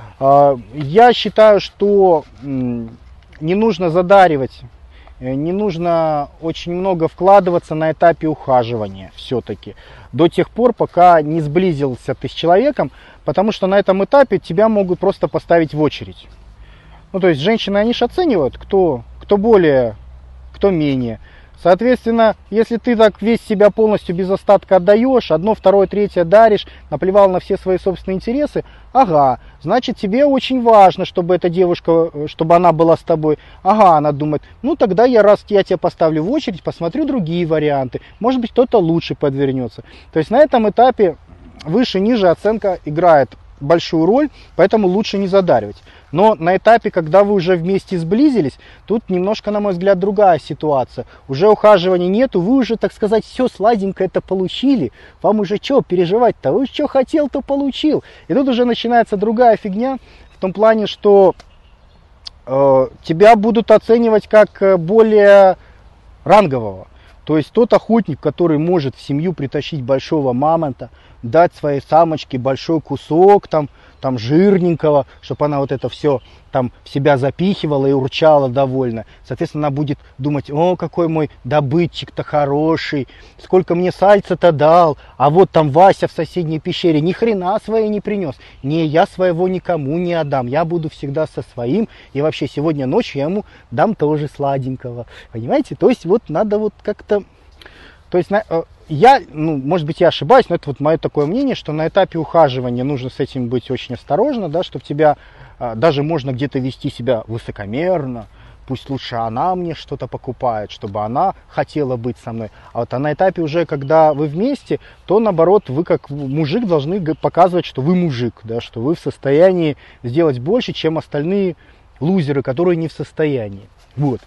Я считаю, что не нужно задаривать, не нужно очень много вкладываться на этапе ухаживания все-таки. До тех пор, пока не сблизился ты с человеком, потому что на этом этапе тебя могут просто поставить в очередь. Ну, то есть женщины, они же оценивают, кто, кто более, кто менее. Соответственно, если ты так весь себя полностью без остатка отдаешь, одно, второе, третье даришь, наплевал на все свои собственные интересы, ага, значит тебе очень важно, чтобы эта девушка, чтобы она была с тобой. Ага, она думает, ну тогда я, раз я тебя поставлю в очередь, посмотрю другие варианты, может быть кто-то лучше подвернется. То есть на этом этапе выше-ниже оценка играет большую роль, поэтому лучше не задаривать. Но на этапе, когда вы уже вместе сблизились, тут немножко, на мой взгляд, другая ситуация. Уже ухаживания нету, вы уже, так сказать, все сладенько это получили. Вам уже что переживать-то? Вы что хотел, то получил. И тут уже начинается другая фигня, в том плане, что э, тебя будут оценивать как более рангового. То есть тот охотник, который может в семью притащить большого мамонта, дать своей самочке большой кусок там, там жирненького, чтобы она вот это все там в себя запихивала и урчала довольно. Соответственно, она будет думать, о, какой мой добытчик-то хороший, сколько мне сальца-то дал, а вот там Вася в соседней пещере ни хрена своей не принес. Не, я своего никому не отдам, я буду всегда со своим, и вообще сегодня ночью я ему дам тоже сладенького. Понимаете? То есть вот надо вот как-то... То есть я, ну, может быть, я ошибаюсь, но это вот мое такое мнение, что на этапе ухаживания нужно с этим быть очень осторожно, да, чтобы тебя, даже можно где-то вести себя высокомерно, пусть лучше она мне что-то покупает, чтобы она хотела быть со мной. А вот а на этапе уже, когда вы вместе, то наоборот, вы как мужик должны показывать, что вы мужик, да, что вы в состоянии сделать больше, чем остальные лузеры, которые не в состоянии. Вот.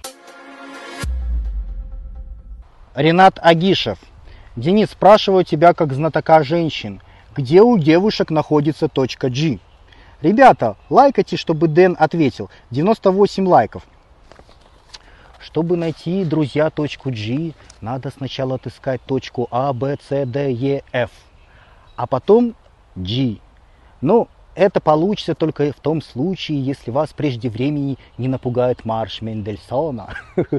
Ренат Агишев. Денис, спрашиваю тебя как знатока женщин, где у девушек находится точка G? Ребята, лайкайте, чтобы Дэн ответил. девяносто восемь лайков. Чтобы найти, друзья, точку G, надо сначала отыскать точку А, Б, С, Д, Е, Ф, а потом G. Ну, это получится только в том случае, если вас прежде времени не напугает марш Мендельсона.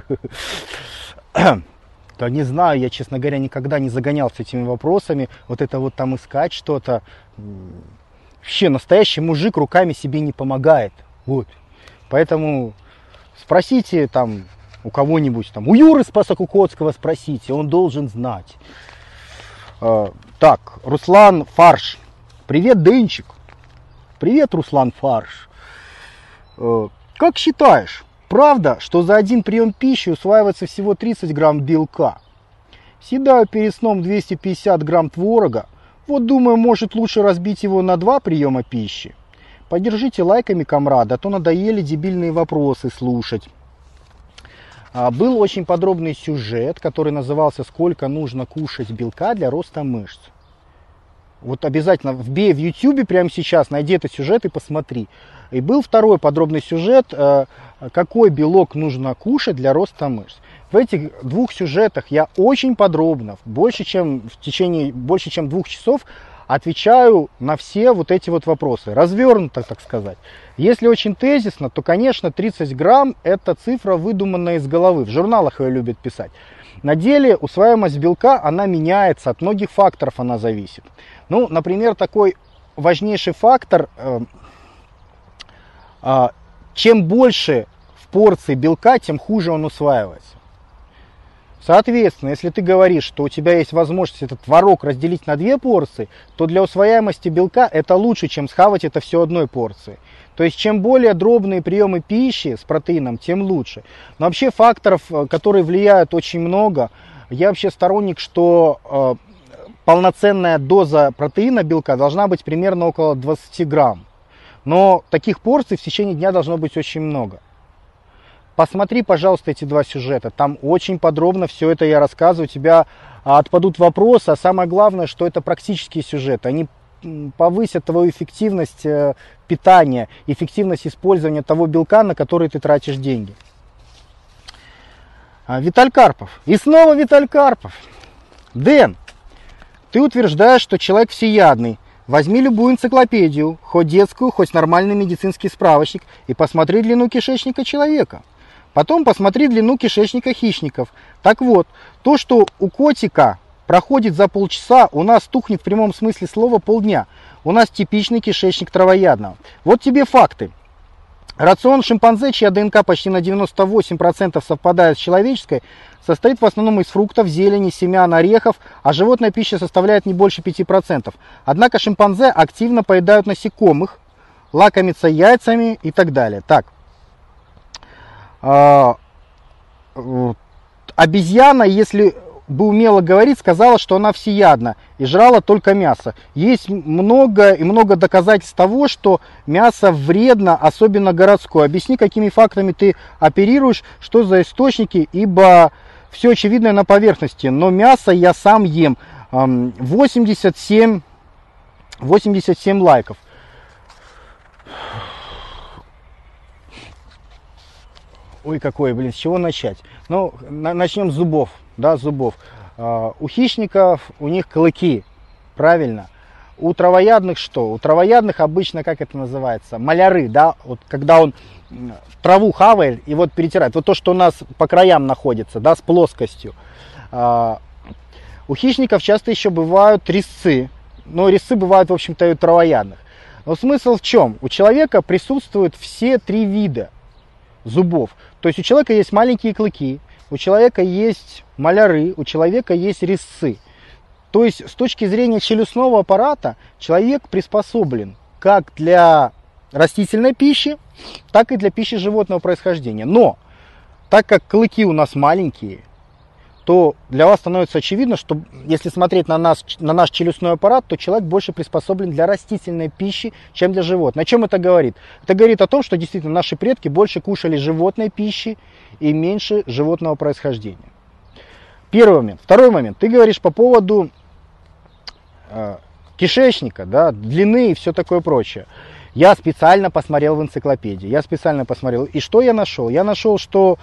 Да не знаю, я, честно говоря, никогда не загонялся этими вопросами. Вот это вот там искать что-то. Вообще, настоящий мужик руками себе не помогает. Вот. Поэтому спросите там у кого-нибудь, там, у Юры Спасокукотского спросите, он должен знать. Э, так, Руслан Фарш. Привет, Денчик. Привет, Руслан Фарш. Э, как считаешь? Правда, что за один прием пищи усваивается всего тридцать грамм белка? Съедаю перед сном двести пятьдесят грамм творога. Вот думаю, может лучше разбить его на два приема пищи. Поддержите лайками, комрады, а то надоели дебильные вопросы слушать. был очень подробный сюжет, который назывался «Сколько нужно кушать белка для роста мышц». Вот обязательно вбей в ютубе прямо сейчас, найди этот сюжет и посмотри. И был второй подробный сюжет, какой белок нужно кушать для роста мышц. В этих двух сюжетах я очень подробно, больше чем в течение больше чем двух часов, отвечаю на все вот эти вот вопросы, развернуто, так сказать. Если очень тезисно, то, конечно, тридцать грамм это цифра, выдуманная из головы. В журналах ее любят писать. На деле усваиваемость белка, она меняется, от многих факторов она зависит. Ну, например, такой важнейший фактор, э, э, чем больше в порции белка, тем хуже он усваивается. Соответственно, если ты говоришь, что у тебя есть возможность этот творог разделить на две порции, то для усвояемости белка это лучше, чем схавать это все одной порцией. То есть, чем более дробные приемы пищи с протеином, тем лучше. Но вообще факторов, которые влияют, очень много. Я вообще сторонник, что э, полноценная доза протеина белка должна быть примерно около двадцати грамм. Но таких порций в течение дня должно быть очень много. Посмотри, пожалуйста, эти два сюжета. Там очень подробно все это я рассказываю. У тебя отпадут вопросы, а самое главное, что это практические сюжеты. Они повысят твою эффективность питания, эффективность использования того белка, на который ты тратишь деньги. Виталь Карпов. И снова Виталь Карпов. Дэн, ты утверждаешь, что человек всеядный. Возьми любую энциклопедию, хоть детскую, хоть нормальный медицинский справочник, и посмотри длину кишечника человека. Потом посмотри длину кишечника хищников. Так вот, то, что у котика проходит за полчаса, у нас тухнет в прямом смысле слова полдня. У нас типичный кишечник травоядного. Вот тебе факты. Рацион шимпанзе, чья ДНК почти на девяносто восемь процентов совпадает с человеческой, состоит в основном из фруктов, зелени, семян, орехов, а животная пища составляет не больше пяти процентов. Однако шимпанзе активно поедают насекомых, лакомятся яйцами и так далее. Так. Обезьяна, если бы умела говорить, сказала, что она всеядна и жрала только мясо. Есть много и много доказательств того, что мясо вредно, особенно городское. Объясни, какими фактами ты оперируешь, что за источники, ибо все очевидное на поверхности. Но мясо я сам ем. восемьдесят семь лайков. Ой, какой, блин, с чего начать? Ну, на, начнем с зубов, да, с зубов. Uh, у хищников, у них клыки, правильно? У травоядных что? У травоядных обычно, как это называется, маляры, да, вот когда он траву хавает и вот перетирает. Вот то, что у нас по краям находится, да, с плоскостью. Uh, у хищников часто еще бывают резцы, но резцы бывают, в общем-то, и у травоядных. Но смысл в чем? У человека присутствуют все три вида зубов. То есть у человека есть маленькие клыки, у человека есть маляры, у человека есть резцы. То есть с точки зрения челюстного аппарата человек приспособлен как для растительной пищи, так и для пищи животного происхождения. Но так как клыки у нас маленькие, то для вас становится очевидно, что если смотреть на, нас, на наш челюстной аппарат, то человек больше приспособлен для растительной пищи, чем для животной. О чем это говорит? Это говорит о том, что действительно наши предки больше кушали животной пищи и меньше животного происхождения. Первый момент. Второй момент. Ты говоришь по поводу э, кишечника, да, длины и все такое прочее. Я специально посмотрел в энциклопедии. Я специально посмотрел. И что я нашел? Я нашел, что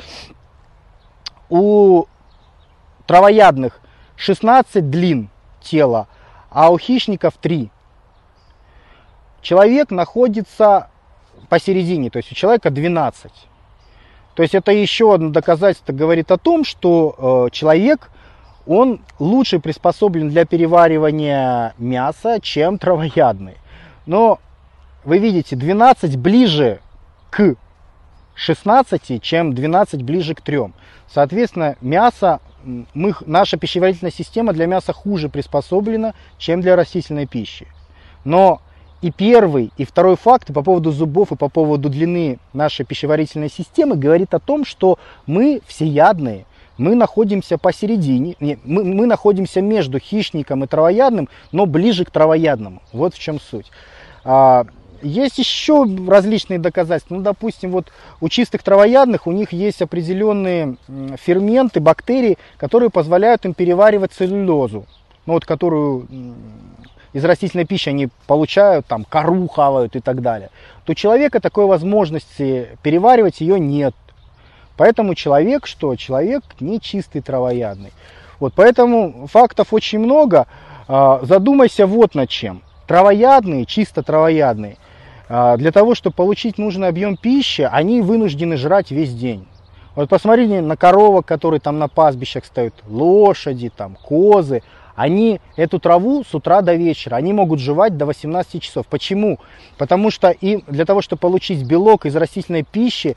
у травоядных шестнадцать длин тела, а у хищников три. Человек находится посередине, то есть у человека двенадцать. То есть это еще одно доказательство говорит о том, что э, человек, он лучше приспособлен для переваривания мяса, чем травоядный. Но вы видите, двенадцать ближе к шестнадцати, чем двенадцать ближе к трем. Соответственно, мясо, мы, наша пищеварительная система для мяса хуже приспособлена, чем для растительной пищи. Но и первый, и второй факт по поводу зубов и по поводу длины нашей пищеварительной системы говорит о том, что мы всеядные, мы находимся посередине, мы, мы находимся между хищником и травоядным, но ближе к травоядному. Вот в чем суть. есть еще различные доказательства. Ну, допустим, вот у чистых травоядных у них есть определенные ферменты, бактерии, которые позволяют им переваривать целлюлозу, ну, вот, которую из растительной пищи они получают, там, кору хавают и так далее. То у человека такой возможности переваривать ее нет. Поэтому человек что? Человек не чистый травоядный. Вот, поэтому фактов очень много. Задумайся вот над чем. Травоядные, чисто травоядные, для того, чтобы получить нужный объем пищи, они вынуждены жрать весь день. Вот посмотрите на коровок, которые там на пастбищах стоят, лошади, там, козы. Они эту траву с утра до вечера, они могут жевать до восемнадцати часов. Почему? Потому что им для того, чтобы получить белок из растительной пищи,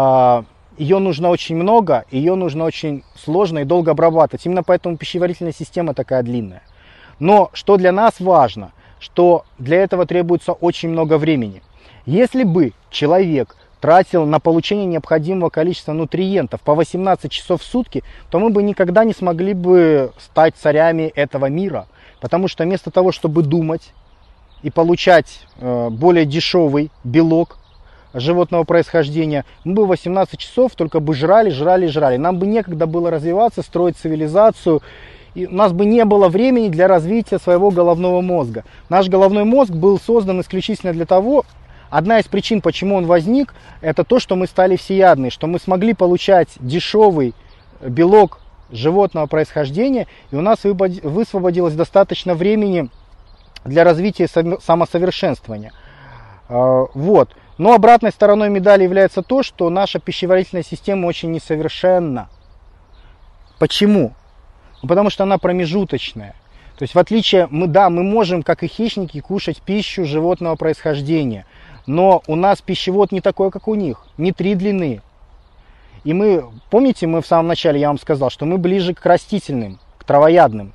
ее нужно очень много, ее нужно очень сложно и долго обрабатывать. Именно поэтому пищеварительная система такая длинная. Но что для нас важно, что для этого требуется очень много времени. Если бы человек тратил на получение необходимого количества нутриентов по восемнадцать часов в сутки, то мы бы никогда не смогли бы стать царями этого мира. Потому что вместо того, чтобы думать и получать э, более дешевый белок животного происхождения, мы бы восемнадцать часов только бы жрали, жрали, жрали. Нам бы некогда было развиваться, строить цивилизацию. И у нас бы не было времени для развития своего головного мозга. Наш головной мозг был создан исключительно для того, одна из причин, почему он возник, это то, что мы стали всеядны, что мы смогли получать дешевый белок животного происхождения, и у нас высвободилось достаточно времени для развития самосовершенствования. Вот. Но обратной стороной медали является то, что наша пищеварительная система очень несовершенна. Почему? Потому что она промежуточная. То есть в отличие, мы, да, мы можем, как и хищники, кушать пищу животного происхождения. Но у нас пищевод не такой, как у них. Не три длины. И мы, помните, мы в самом начале, я вам сказал, что мы ближе к растительным, к травоядным.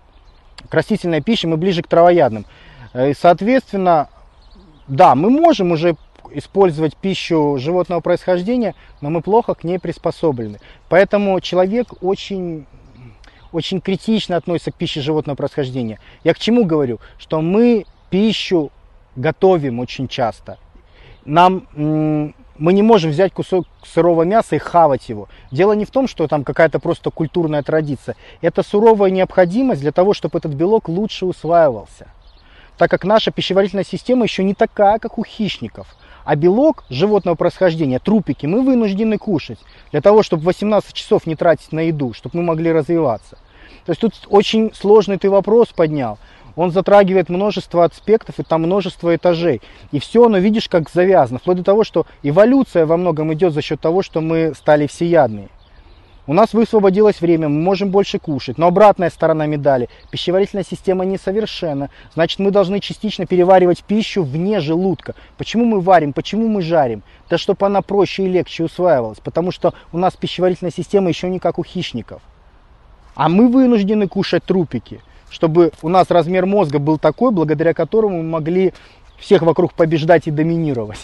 К растительной пище мы ближе к травоядным. И, соответственно, да, мы можем уже использовать пищу животного происхождения, но мы плохо к ней приспособлены. Поэтому человек очень... очень критично относится к пище животного происхождения. Я к чему говорю? Что мы пищу готовим очень часто. Нам, мы не можем взять кусок сырого мяса и хавать его. Дело не в том, что там какая-то просто культурная традиция. Это суровая необходимость для того, чтобы этот белок лучше усваивался. Так как наша пищеварительная система еще не такая, как у хищников. А белок животного происхождения, трупики, мы вынуждены кушать для того, чтобы восемнадцать часов не тратить на еду, чтобы мы могли развиваться. То есть тут очень сложный ты вопрос поднял. Он затрагивает множество аспектов и там множество этажей. И все оно, видишь, как завязано. Вплоть до того, что эволюция во многом идет за счет того, что мы стали всеядные. У нас высвободилось время, мы можем больше кушать. Но обратная сторона медали. Пищеварительная система несовершенна. Значит, мы должны частично переваривать пищу вне желудка. Почему мы варим, почему мы жарим? Да чтобы она проще и легче усваивалась. Потому что у нас пищеварительная система еще не как у хищников. А мы вынуждены кушать трупики, чтобы у нас размер мозга был такой, благодаря которому мы могли всех вокруг побеждать и доминировать.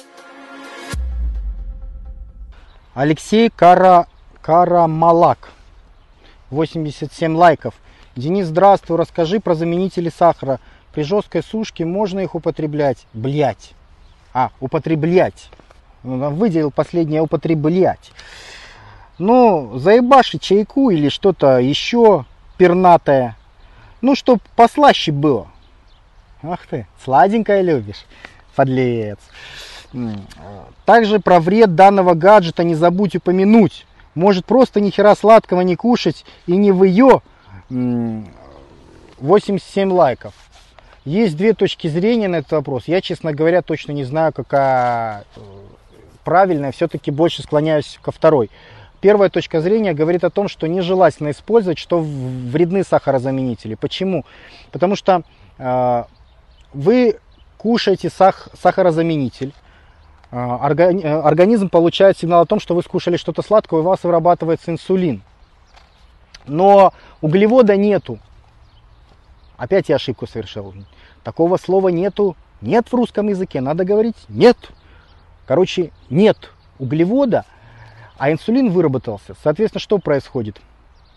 Алексей Кара... Карамалак, восемьдесят семь лайков. Денис, здравствуй, расскажи про заменители сахара. При жесткой сушке можно их употреблять? Блять. А, употреблять. Выделил последнее употреблять. Ну, заебаши чайку или что-то еще пернатое. Ну, чтоб послаще было. Ах ты, сладенькое любишь, подлец. Также про вред данного гаджета не забудь упомянуть. Может просто ни хера сладкого не кушать и не в ее. восемьдесят семь лайков. Есть две точки зрения на этот вопрос. Я, честно говоря, точно не знаю, какая правильная. Все-таки больше склоняюсь ко второй. Первая точка зрения говорит о том, что нежелательно использовать, что вредны сахарозаменители. Почему? Потому что э, вы кушаете сах, сахарозаменитель, э, органи, организм получает сигнал о том, что вы скушали что-то сладкое, у вас вырабатывается инсулин. Но углевода нету. Опять я ошибку совершил. Такого слова нету. Нет в русском языке. Надо говорить нет. Короче, нет углевода. А инсулин выработался. Соответственно, что происходит?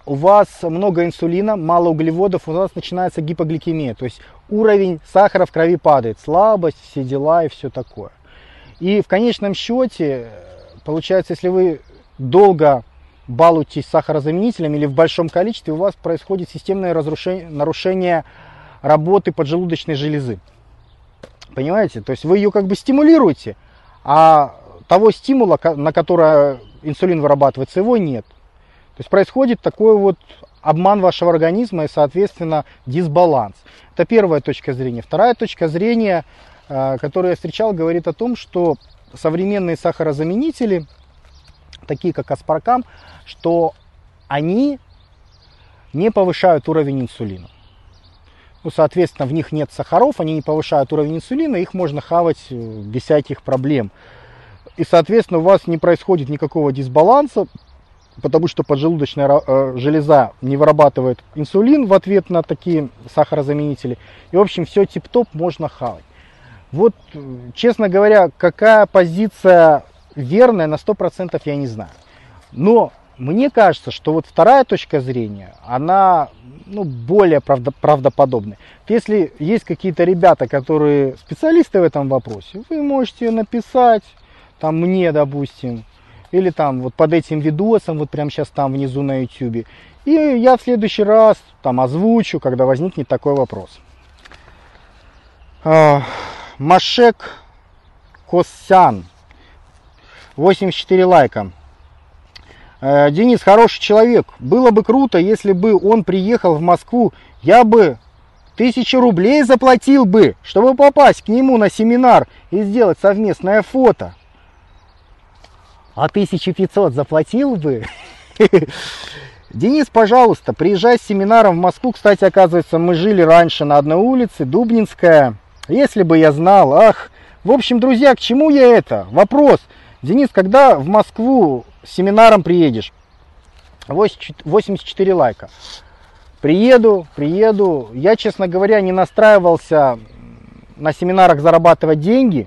у вас много инсулина, мало углеводов, у вас начинается гипогликемия, то есть уровень сахара в крови падает, слабость, все дела и все такое. И в конечном счете, получается, если вы долго балуетесь сахарозаменителями или в большом количестве, у вас происходит системное разрушение, нарушение работы поджелудочной железы. Понимаете? То есть вы ее как бы стимулируете, а того стимула, на который инсулин вырабатывается, его нет. То есть происходит такой вот обман вашего организма и, соответственно, дисбаланс. Это первая точка зрения. Вторая точка зрения, которую я встречал, говорит о том, что современные сахарозаменители, такие как аспаркам, что они не повышают уровень инсулина. Ну, соответственно, в них нет сахаров, они не повышают уровень инсулина, их можно хавать без всяких проблем. И, соответственно, у вас не происходит никакого дисбаланса, потому что поджелудочная железа не вырабатывает инсулин в ответ на такие сахарозаменители. И, в общем, все тип-топ, можно хавать. Вот, честно говоря, какая позиция верная, на сто процентов я не знаю. Но мне кажется, что вот вторая точка зрения, она ну, более правдо- правдоподобная. Если есть какие-то ребята, которые специалисты в этом вопросе, вы можете написать там мне, допустим, или там вот под этим видосом, вот прямо сейчас там внизу на YouTube. И я в следующий раз там озвучу, когда возникнет такой вопрос. Машек Косян, восемьдесят четыре лайка. Денис хороший человек. Было бы круто, если бы он приехал в Москву. Я бы тысячу рублей заплатил бы, чтобы попасть к нему на семинар и сделать совместное фото. А тысячу пятьсот заплатил бы? Денис, пожалуйста, приезжай с семинаром в Москву. Кстати, оказывается, мы жили раньше на одной улице, Дубнинская. Если бы я знал, ах. В общем, друзья, к чему я это? Вопрос. Денис, когда в Москву с семинаром приедешь? восемьдесят четыре лайка. Приеду, приеду. Я, честно говоря, не настраивался на семинарах зарабатывать деньги.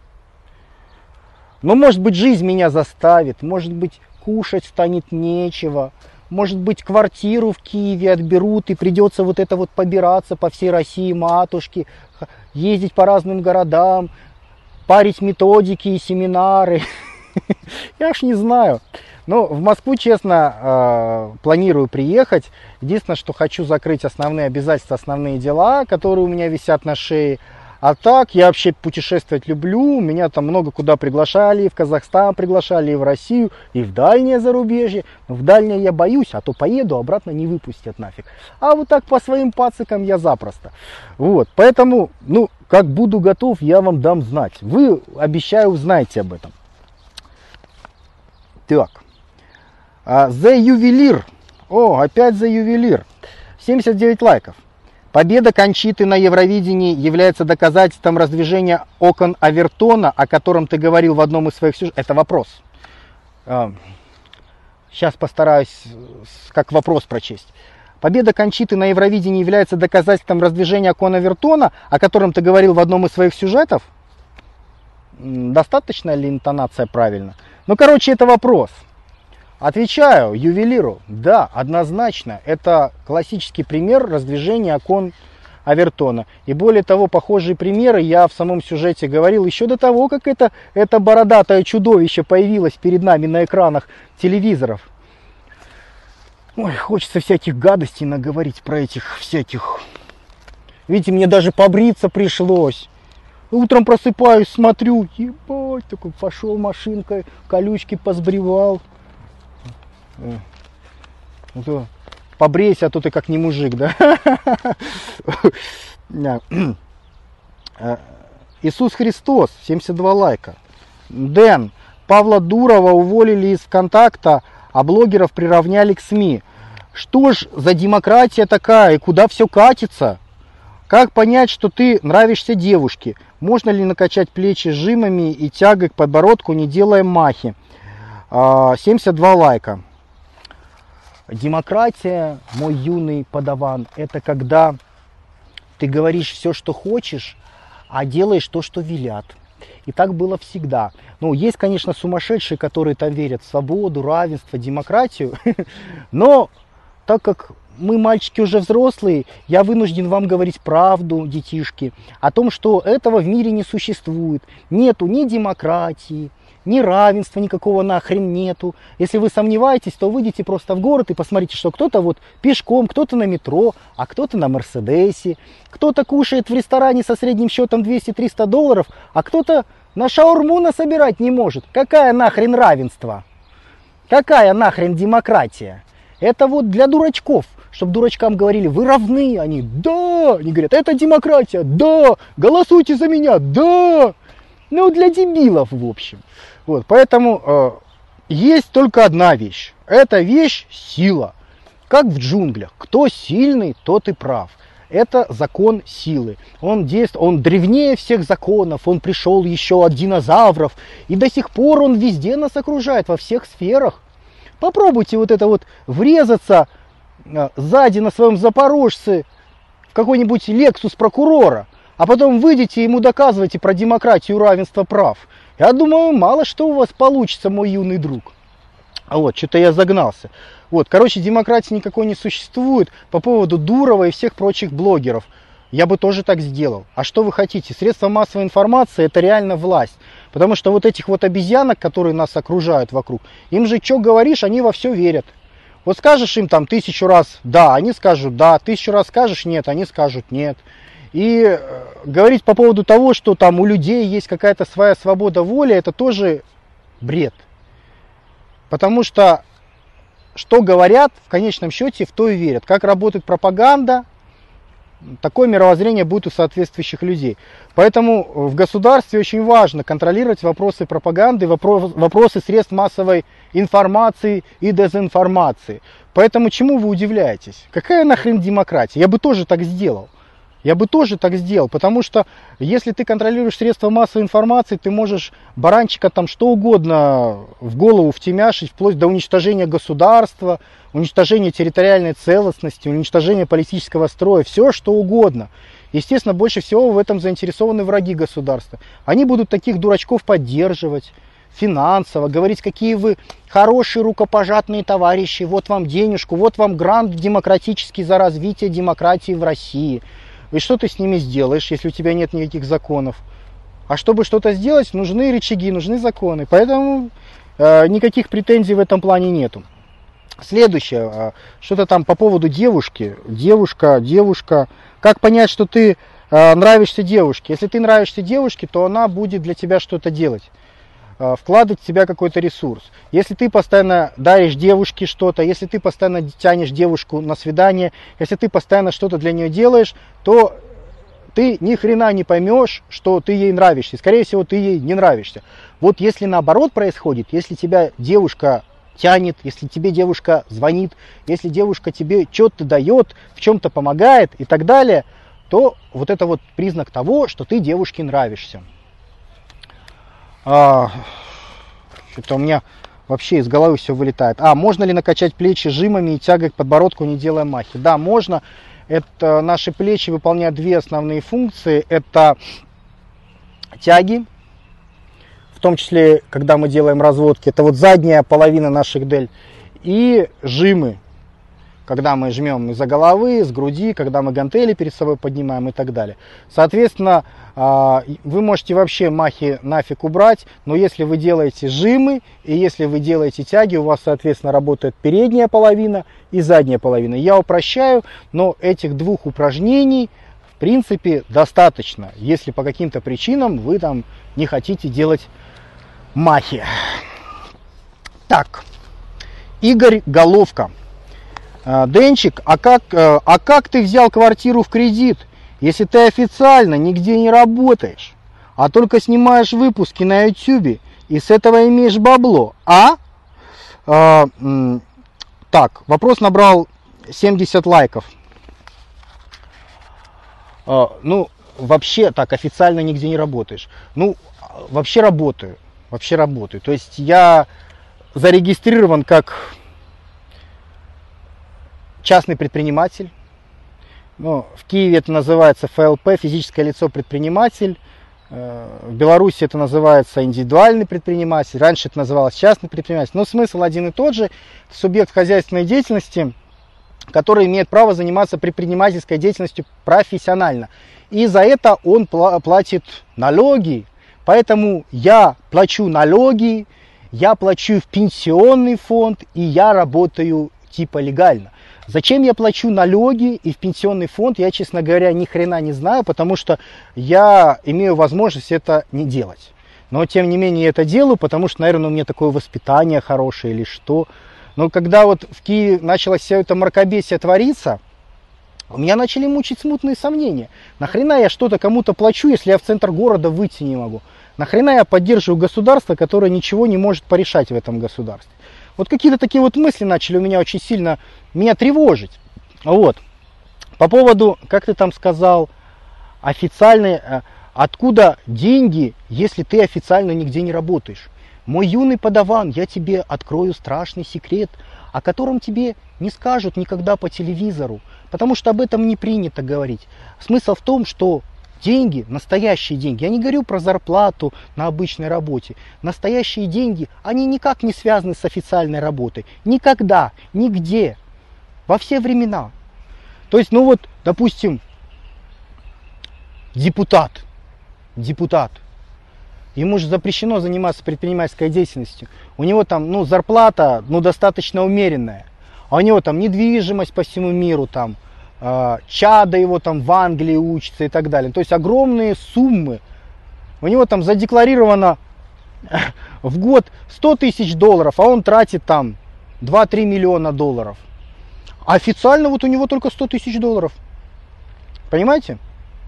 Но, может быть, жизнь меня заставит. Может быть, кушать станет нечего. Может быть, квартиру в Киеве отберут и придется вот это вот побираться по всей России, матушки, ездить по разным городам, парить методики и семинары. Я ж не знаю. Но в Москву, честно, планирую приехать. Единственное, что хочу закрыть основные обязательства, основные дела, которые у меня висят на шее. А так, я вообще путешествовать люблю. Меня там много куда приглашали. И в Казахстан приглашали, и в Россию, и в дальнее зарубежье. Но в дальнее я боюсь, а то поеду, обратно не выпустят нафиг. А вот так по своим пацикам я запросто. Вот, поэтому, ну, как буду готов, я вам дам знать. Вы, обещаю, узнаете об этом. Так. The Ювелир. О, опять The Ювелир. семьдесят девять лайков. Победа Кончиты на Евровидении является доказательством раздвижения окон Овертона, о котором ты говорил в одном из своих сюжетов. Это вопрос. Сейчас постараюсь как вопрос прочесть. Победа Кончиты на Евровидении является доказательством раздвижения окон Овертона, о котором ты говорил в одном из своих сюжетов. Достаточно ли интонация правильно? Ну, короче, это вопрос. Отвечаю ювелиру. Да, однозначно. Это классический пример раздвижения окон Овертона. И более того, похожие примеры я в самом сюжете говорил еще до того, как это, это бородатое чудовище появилось перед нами на экранах телевизоров. Ой, хочется всяких гадостей наговорить про этих всяких. Видите, мне даже побриться пришлось. Утром просыпаюсь, смотрю, ебать, такой пошел машинкой, колючки позбривал. Побрейся, а то ты как не мужик, да? Иисус Христос, семьдесят два лайка. Дэн, Павла Дурова уволили из ВКонтакта, а блогеров приравняли к СМИ. Что ж за демократия такая и куда все катится? Как понять, что ты нравишься девушке? Можно ли накачать плечи жимами и тягой к подбородку, не делая махи? семьдесят два лайка. Демократия, мой юный подаван, это когда ты говоришь все, что хочешь, а делаешь то, что велят. И так было всегда. Ну, есть, конечно, сумасшедшие, которые там верят в свободу, равенство, демократию, но так как мы, мальчики, уже взрослые, я вынужден вам говорить правду, детишки, о том, что этого в мире не существует. Нету ни демократии, ни равенства никакого нахрен нету. Если вы сомневаетесь, то выйдите просто в город и посмотрите, что кто-то вот пешком, кто-то на метро, а кто-то на Мерседесе, кто-то кушает в ресторане со средним счетом двести-триста долларов, а кто-то на шаурму насобирать не может. Какая нахрен равенство? Какая нахрен демократия? Это вот для дурачков, чтобы дурачкам говорили, вы равны, они, да, они говорят, это демократия, да, голосуйте за меня, да. Ну, для дебилов, в общем. Вот, поэтому э, есть только одна вещь. Эта вещь – сила. Как в джунглях. Кто сильный, тот и прав. Это закон силы. Он действует, он древнее всех законов, он пришел еще от динозавров. И до сих пор он везде нас окружает, во всех сферах. Попробуйте вот это вот врезаться э, сзади на своем запорожце в какой-нибудь Lexus прокурора. А потом выйдете и ему доказывайте про демократию и равенство прав. Я думаю, мало что у вас получится, мой юный друг. А вот, что-то я загнался. Вот, короче, демократии никакой не существует. По поводу Дурова и всех прочих блогеров. Я бы тоже так сделал. А что вы хотите? Средства массовой информации – это реально власть. Потому что вот этих вот обезьянок, которые нас окружают вокруг, им же что говоришь, они во все верят. Вот скажешь им там тысячу раз «да», они скажут «да», тысячу раз скажешь «нет», они скажут «нет». И говорить по поводу того, что там у людей есть какая-то своя свобода воли, это тоже бред. Потому что, что говорят, в конечном счете, в то и верят. Как работает пропаганда, такое мировоззрение будет у соответствующих людей. Поэтому в государстве очень важно контролировать вопросы пропаганды, вопросы средств массовой информации и дезинформации. Поэтому чему вы удивляетесь? Какая нахрен демократия? Я бы тоже так сделал. Я бы тоже так сделал, потому что если ты контролируешь средства массовой информации, ты можешь баранчика там что угодно в голову втемяшить, вплоть до уничтожения государства, уничтожения территориальной целостности, уничтожения политического строя, все что угодно. Естественно, больше всего в этом заинтересованы враги государства. Они будут таких дурачков поддерживать финансово, говорить, какие вы хорошие рукопожатные товарищи, вот вам денежку, вот вам грант демократический за развитие демократии в России. И что ты с ними сделаешь, если у тебя нет никаких законов? А чтобы что-то сделать, нужны рычаги, нужны законы. Поэтому э, никаких претензий в этом плане нету. Следующее, э, что-то там по поводу девушки. Девушка, девушка. Как понять, что ты э, нравишься девушке? Если ты нравишься девушке, то она будет для тебя что-то делать. Вкладывать в тебя какой-то ресурс. Если ты постоянно даришь девушке что-то, если ты постоянно тянешь девушку на свидание, если ты постоянно что-то для нее делаешь, то ты ни хрена не поймешь, что ты ей нравишься. Скорее всего, ты ей не нравишься. Вот если наоборот происходит, если тебя девушка тянет, если тебе девушка звонит, если девушка тебе что-то дает, в чем-то помогает и так далее, то вот это вот признак того, что ты девушке нравишься. А, что-то у меня вообще из головы все вылетает. А, можно ли накачать плечи жимами и тягой к подбородку, не делая махи? Да, можно. Это наши плечи выполняют две основные функции. Это тяги, в том числе, когда мы делаем разводки. Это вот задняя половина наших дель. И жимы, когда мы жмем из-за головы, с груди, когда мы гантели перед собой поднимаем и так далее. Соответственно, вы можете вообще махи нафиг убрать, но если вы делаете жимы и если вы делаете тяги, у вас, соответственно, работает передняя половина и задняя половина. Я упрощаю, но этих двух упражнений, в принципе, достаточно, если по каким-то причинам вы там не хотите делать махи. Так, Игорь Головка. Денчик, а как, а как ты взял квартиру в кредит, если ты официально нигде не работаешь, а только снимаешь выпуски на ютубе и с этого имеешь бабло, а? а так, вопрос набрал семьдесят лайков. А, ну, вообще так, официально нигде не работаешь. Ну, вообще работаю, вообще работаю. То есть я зарегистрирован как частный предприниматель. Ну, в Киеве это называется эф эл пэ, физическое лицо предприниматель. В Беларуси это называется индивидуальный предприниматель. Раньше это называлось частный предприниматель. Но смысл один и тот же. Субъект хозяйственной деятельности, который имеет право заниматься предпринимательской деятельностью профессионально. И за это он платит налоги. Поэтому я плачу налоги, я плачу в пенсионный фонд, и я работаю типа легально. Зачем я плачу налоги и в пенсионный фонд, я, честно говоря, ни хрена не знаю, потому что я имею возможность это не делать. Но, тем не менее, я это делаю, потому что, наверное, у меня такое воспитание хорошее или что. Но когда вот в Киеве началось все это мракобесие твориться, у меня начали мучить смутные сомнения. Нахрена я что-то кому-то плачу, если я в центр города выйти не могу? Нахрена я поддерживаю государство, которое ничего не может порешать в этом государстве? Вот какие-то такие вот мысли начали у меня очень сильно меня тревожить. Вот. По поводу, как ты там сказал, официальной, откуда деньги, если ты официально нигде не работаешь? Мой юный подаван, я тебе открою страшный секрет, о котором тебе не скажут никогда по телевизору, потому что об этом не принято говорить. Смысл в том, что деньги, настоящие деньги, я не говорю про зарплату на обычной работе, настоящие деньги, они никак не связаны с официальной работой. Никогда, нигде, во все времена. То есть, ну вот, допустим, депутат, депутат, ему же запрещено заниматься предпринимательской деятельностью. У него там, ну, зарплата, ну, достаточно умеренная. А у него там недвижимость по всему миру, там, э, чадо его там в Англии учится и так далее. То есть огромные суммы. У него там задекларировано в год сто тысяч долларов, а он тратит там два-три миллиона долларов. А официально вот у него только сто тысяч долларов. Понимаете?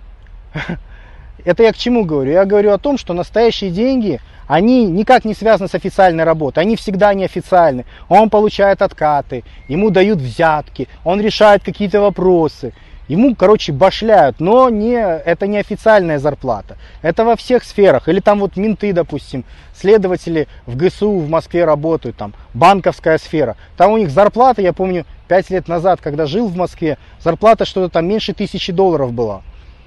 Это я к чему говорю? Я говорю о том, что настоящие деньги, они никак не связаны с официальной работой. Они всегда неофициальны. Он получает откаты, ему дают взятки, он решает какие-то вопросы. Ему, короче, башляют, но не, это не официальная зарплата. Это во всех сферах. Или там вот менты, допустим, следователи в ГСУ в Москве работают, там банковская сфера. Там у них зарплата, я помню, пять лет назад, когда жил в Москве, зарплата что-то там меньше тысячи долларов была.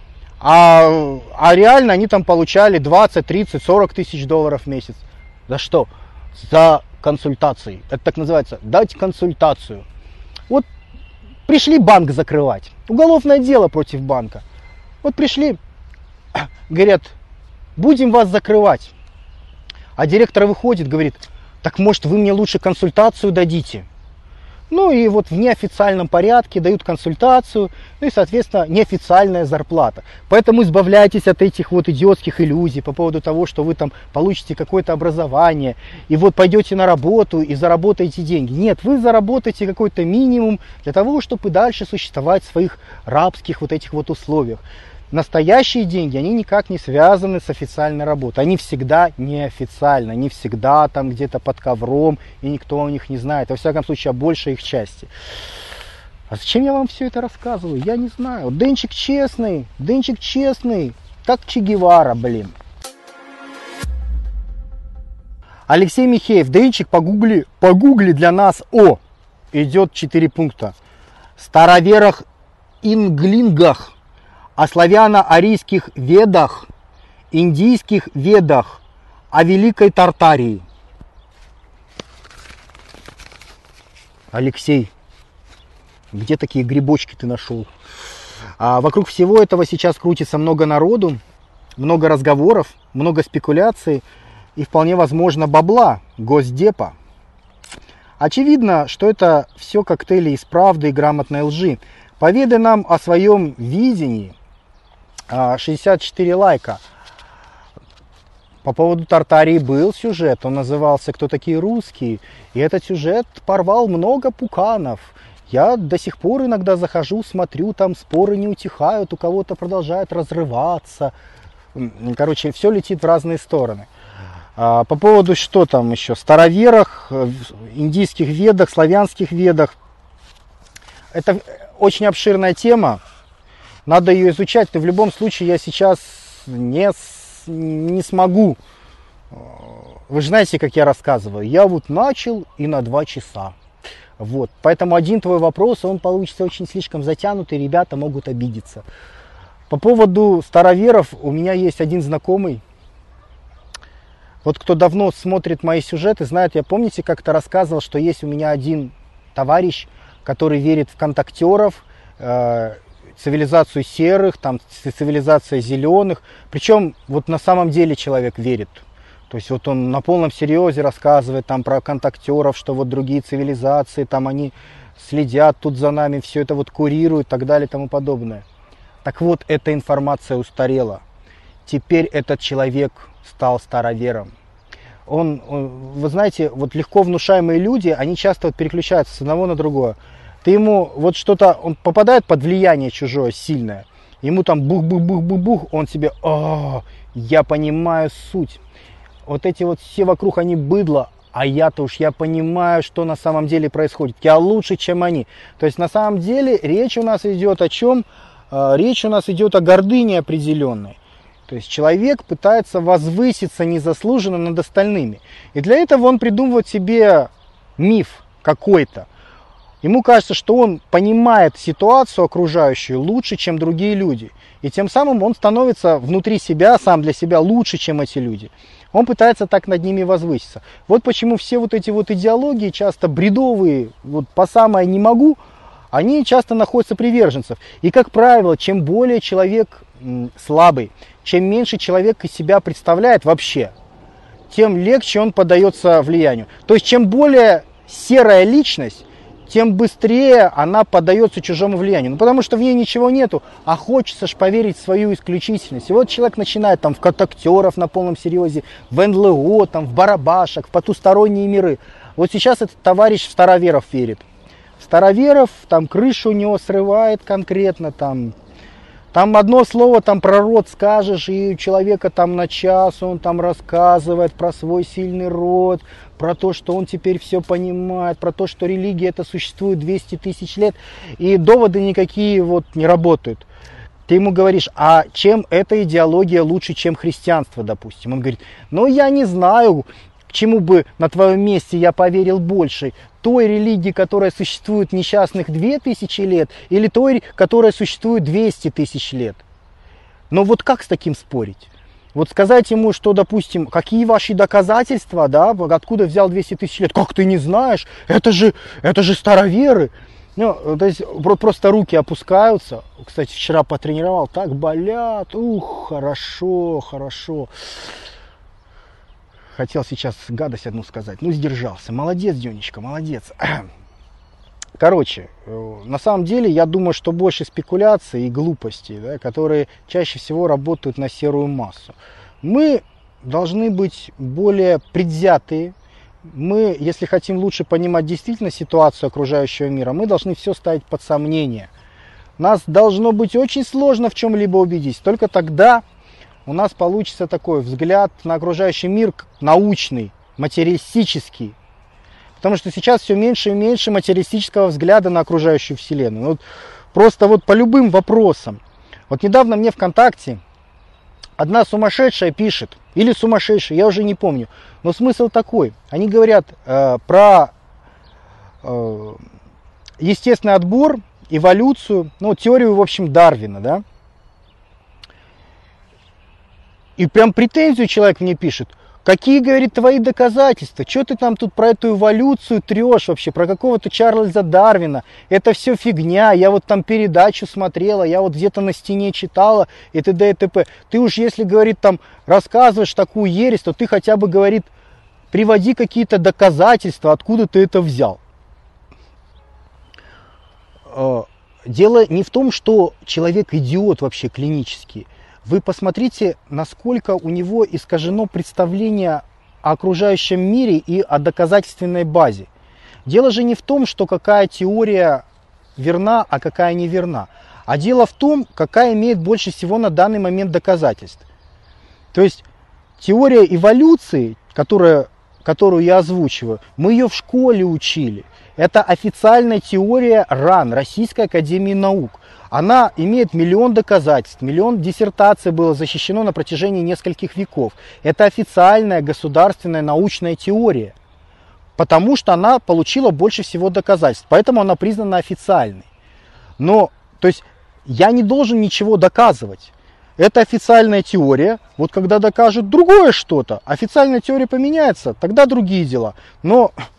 А, а реально они там получали двадцать, тридцать, сорок тысяч долларов в месяц. За что? За консультации. Это так называется, дать консультацию. Вот пришли банк закрывать. Уголовное дело против банка. Вот пришли, говорят, будем вас закрывать. А директор выходит, говорит, так может вы мне лучше консультацию дадите? Ну и вот в неофициальном порядке дают консультацию, ну и, соответственно, неофициальная зарплата. Поэтому избавляйтесь от этих вот идиотских иллюзий по поводу того, что вы там получите какое-то образование, и вот пойдете на работу и заработаете деньги. Нет, вы заработаете какой-то минимум для того, чтобы дальше существовать в своих рабских вот этих вот условиях. Настоящие деньги, они никак не связаны с официальной работой. Они всегда неофициально, они всегда там где-то под ковром, и никто о них не знает. Во всяком случае, о большей их части. А зачем я вам все это рассказываю? Я не знаю. Денчик честный, Денчик честный, как Че Гевара, блин. Алексей Михеев, Денчик, погугли, погугли для нас. О, идет четыре пункта. Староверах инглингах, о славяно-арийских ведах, индийских ведах, о Великой Тартарии. Алексей, где такие грибочки ты нашел? А вокруг всего этого сейчас крутится много народу, много разговоров, много спекуляций и вполне возможно бабла, госдепа. Очевидно, что это все коктейли из правды и грамотной лжи. Поведай нам о своем видении. шестьдесят четыре лайка. По поводу Тартарии был сюжет, он назывался «Кто такие русские?». И этот сюжет порвал много пуканов. Я до сих пор иногда захожу, смотрю, там споры не утихают, у кого-то продолжают разрываться. Короче, все летит в разные стороны. По поводу что там еще? Староверах, индийских ведах, славянских ведах. Это очень обширная тема. Надо ее изучать, но в любом случае я сейчас не, не смогу. Вы же знаете, как я рассказываю. Я вот начал и на два часа. Вот. Поэтому один твой вопрос, он получится очень слишком затянутый, ребята могут обидеться. По поводу староверов, у меня есть один знакомый. Вот кто давно смотрит мои сюжеты, знает, я помните, как-то рассказывал, что есть у меня один товарищ, который верит в контактеров, э, цивилизацию серых, там, цивилизация зеленых. Причем вот на самом деле человек верит. То есть вот он на полном серьезе рассказывает там про контактеров, что вот другие цивилизации, там они следят тут за нами, все это вот курируют и так далее и тому подобное. Так вот, эта информация устарела. Теперь этот человек стал старовером. Он, он, вы знаете, вот легко внушаемые люди, они часто вот переключаются с одного на другое. Ты ему вот что-то, он попадает под влияние чужое сильное, ему там бух-бух-бух-бух-бух, он себе, о, я понимаю суть. Вот эти вот все вокруг, они быдло, а я-то уж, я понимаю, что на самом деле происходит. Я лучше, чем они. То есть на самом деле речь у нас идет о чем? Речь у нас идет о гордыне определенной. То есть человек пытается возвыситься незаслуженно над остальными. И для этого он придумывает себе миф какой-то. Ему кажется, что он понимает ситуацию окружающую лучше, чем другие люди. И тем самым он становится внутри себя, сам для себя лучше, чем эти люди. Он пытается так над ними возвыситься. Вот почему все вот эти вот идеологии, часто бредовые, вот по самое не могу, они часто находятся приверженцев. И, как правило, чем более человек м, слабый, чем меньше человек из себя представляет вообще, тем легче он поддается влиянию. То есть, чем более серая личность, тем быстрее она поддается чужому влиянию. Ну, потому что в ней ничего нету, а хочется ж поверить в свою исключительность. И вот человек начинает там в контактеров на полном серьезе, в эн эл о, там, в барабашек, в потусторонние миры. Вот сейчас этот товарищ в староверов верит. Староверов, там крышу у него срывает конкретно, там, там одно слово там про род скажешь, и у человека там на час он там рассказывает про свой сильный род, про то, что он теперь все понимает, про то, что религия это существует двести тысяч лет, и доводы никакие вот не работают. Ты ему говоришь, а чем эта идеология лучше, чем христианство, допустим? Он говорит, ну я не знаю, к чему бы на твоем месте я поверил больше. Той религии, которая существует несчастных две тысячи лет, или той, которая существует двести тысяч лет. Но вот как с таким спорить? Вот сказать ему, что, допустим, какие ваши доказательства, да, откуда взял двести тысяч лет, как ты не знаешь, это же, это же староверы. Ну, то есть просто руки опускаются. Кстати, вчера потренировал, так болят, ух, хорошо, хорошо. Хотел сейчас гадость одну сказать, ну сдержался. Молодец, Денечка, молодец. Короче, на самом деле, я думаю, что больше спекуляций и глупостей, да, которые чаще всего работают на серую массу. Мы должны быть более предвзятые. Мы, если хотим лучше понимать действительно ситуацию окружающего мира, мы должны все ставить под сомнение. Нас должно быть очень сложно в чем-либо убедить. Только тогда у нас получится такой взгляд на окружающий мир научный, материалистический. Потому что сейчас все меньше и меньше материалистического взгляда на окружающую Вселенную. Вот просто вот по любым вопросам. Вот недавно мне ВКонтакте одна сумасшедшая пишет, или сумасшедшая, я уже не помню. Но смысл такой. Они говорят э, про э, естественный отбор, эволюцию, ну, теорию, в общем, Дарвина, да. И прям претензию человек мне пишет. Какие, говорит, твои доказательства? Что ты там тут про эту эволюцию трешь вообще? Про какого-то Чарльза Дарвина? Это все фигня. Я вот там передачу смотрела, я вот где-то на стене читала и т.д. и т.п. Ты уж если, говорит, там рассказываешь такую ересь, то ты хотя бы, говорит, приводи какие-то доказательства, откуда ты это взял. Дело не в том, что человек идиот вообще клинический. Вы посмотрите, насколько у него искажено представление о окружающем мире и о доказательственной базе. Дело же не в том, что какая теория верна, а какая не верна. А дело в том, какая имеет больше всего на данный момент доказательств. То есть теория эволюции, которая, которую я озвучиваю, мы ее в школе учили. Это официальная теория РАН, Российской академии наук. Она имеет миллион доказательств, миллион диссертаций было защищено на протяжении нескольких веков. Это официальная государственная научная теория, потому что она получила больше всего доказательств, поэтому она признана официальной. Но, то есть, я не должен ничего доказывать. Это официальная теория, вот когда докажут другое что-то, официальная теория поменяется, тогда другие дела. Но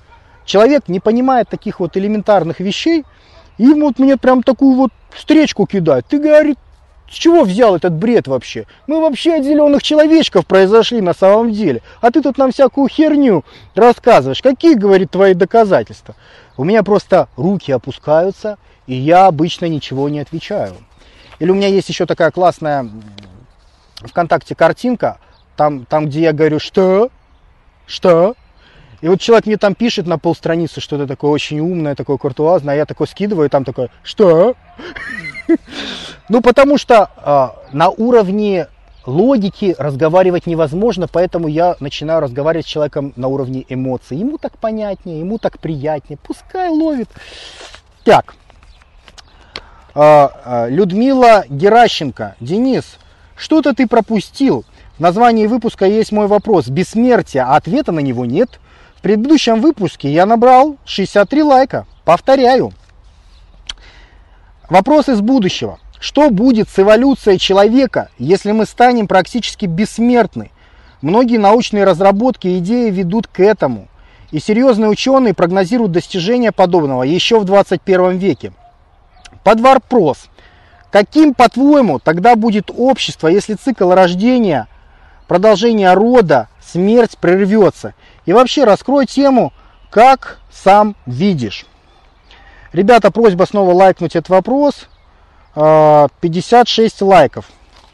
человек не понимает таких вот элементарных вещей, и вот мне прям такую вот встречку кидает. Ты, говорит, с чего взял этот бред вообще? Мы вообще от зеленых человечков произошли на самом деле. А ты тут нам всякую херню рассказываешь. Какие, говорит, твои доказательства? У меня просто руки опускаются, и я обычно ничего не отвечаю. Или у меня есть еще такая классная ВКонтакте картинка, там, там где я говорю, что? Что? И вот человек мне там пишет на полстраницы что-то такое очень умное, такое куртуазное, а я такое скидываю, и там такое, что? Ну, потому что э, на уровне логики разговаривать невозможно, поэтому я начинаю разговаривать с человеком на уровне эмоций. Ему так понятнее, ему так приятнее, пускай ловит. Так, э, э, Людмила Геращенко. Денис, что-то ты пропустил. В названии выпуска есть мой вопрос. Бессмертие, а ответа на него нет. В предыдущем выпуске я набрал шестьдесят три лайка. Повторяю. Вопрос из будущего. Что будет с эволюцией человека, если мы станем практически бессмертны? Многие научные разработки и идеи ведут к этому. И серьезные ученые прогнозируют достижение подобного еще в двадцать первом веке. Под вопрос. Каким, по-твоему, тогда будет общество, если цикл рождения, продолжения рода, смерть прервется? И вообще раскрой тему, как сам видишь. Ребята, просьба снова лайкнуть этот вопрос. пятьдесят шесть лайков.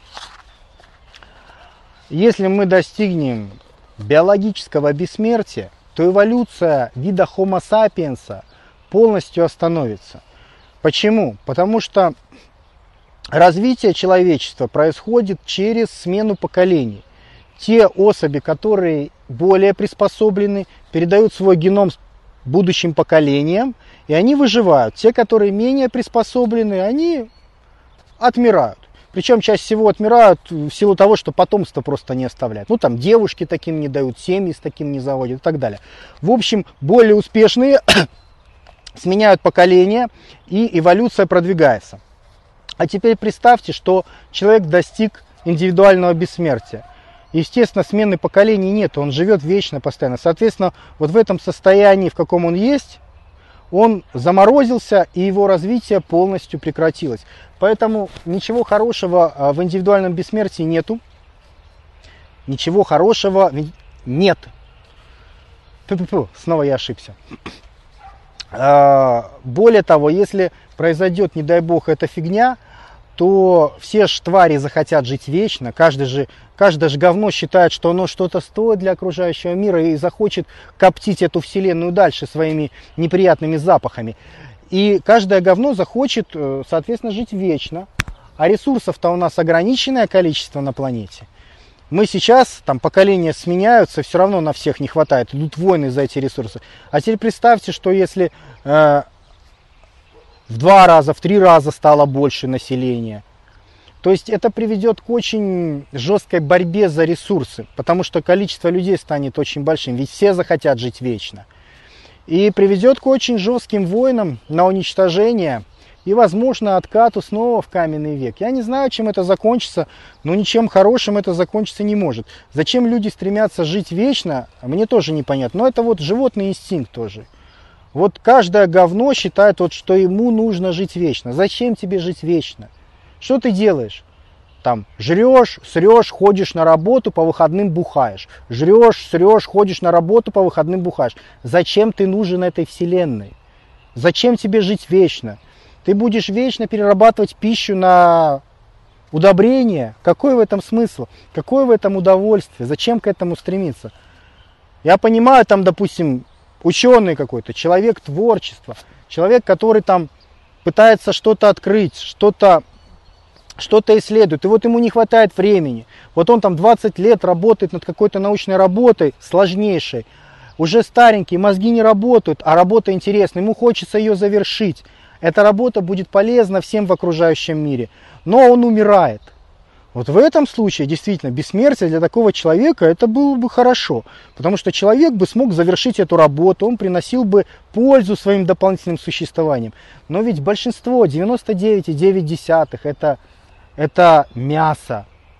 Если мы достигнем биологического бессмертия, то эволюция вида Homo sapiens полностью остановится. Почему? Потому что развитие человечества происходит через смену поколений. Те особи, которые более приспособлены, передают свой геном будущим поколениям, и они выживают. Те, которые менее приспособлены, они отмирают. Причем чаще всего отмирают в силу того, что потомство просто не оставляют. Ну там девушки таким не дают, семьи с таким не заводят и так далее. В общем, более успешные сменяют поколение, и эволюция продвигается. А теперь представьте, что человек достиг индивидуального бессмертия. Естественно, смены поколений нет, он живет вечно, постоянно. Соответственно, вот в этом состоянии, в каком он есть, он заморозился, и его развитие полностью прекратилось. Поэтому ничего хорошего в индивидуальном бессмертии нету. Ничего хорошего нет. Ту-ту-ту, снова я ошибся. Более того, если произойдет, не дай бог, эта фигня, то все ж твари захотят жить вечно. Каждый же, каждое же говно считает, что оно что-то стоит для окружающего мира и захочет коптить эту вселенную дальше своими неприятными запахами. И каждое говно захочет, соответственно, жить вечно. А ресурсов-то у нас ограниченное количество на планете. Мы сейчас, там поколения сменяются, все равно на всех не хватает. Идут войны за эти ресурсы. А теперь представьте, что если э, в два раза, в три раза стало больше населения, то есть это приведет к очень жесткой борьбе за ресурсы, потому что количество людей станет очень большим, ведь все захотят жить вечно. И приведет к очень жестким войнам на уничтожение и, возможно, откату снова в каменный век. Я не знаю, чем это закончится, но ничем хорошим это закончиться не может. Зачем люди стремятся жить вечно, мне тоже непонятно. Но это вот животный инстинкт тоже. Вот каждое говно считает, вот, что ему нужно жить вечно. Зачем тебе жить вечно? Что ты делаешь? Там жрешь, срешь, ходишь на работу, по выходным бухаешь. Жрешь, срешь, ходишь на работу, по выходным бухаешь. Зачем ты нужен этой вселенной? Зачем тебе жить вечно? Ты будешь вечно перерабатывать пищу на удобрения. Какой в этом смысл? Какое в этом удовольствие? Зачем к этому стремиться? Я понимаю, там, допустим, ученый какой-то, человек творчества, человек, который там пытается что-то открыть, что-то что-то исследует, и вот ему не хватает времени. Вот он там двадцать лет работает над какой-то научной работой, сложнейшей, уже старенький, мозги не работают, а работа интересна, ему хочется ее завершить. Эта работа будет полезна всем в окружающем мире, но он умирает. Вот в этом случае действительно бессмертие для такого человека это было бы хорошо, потому что человек бы смог завершить эту работу, он приносил бы пользу своим дополнительным существованием. Но ведь большинство, девяносто девять целых девять десятых, это, это мясо,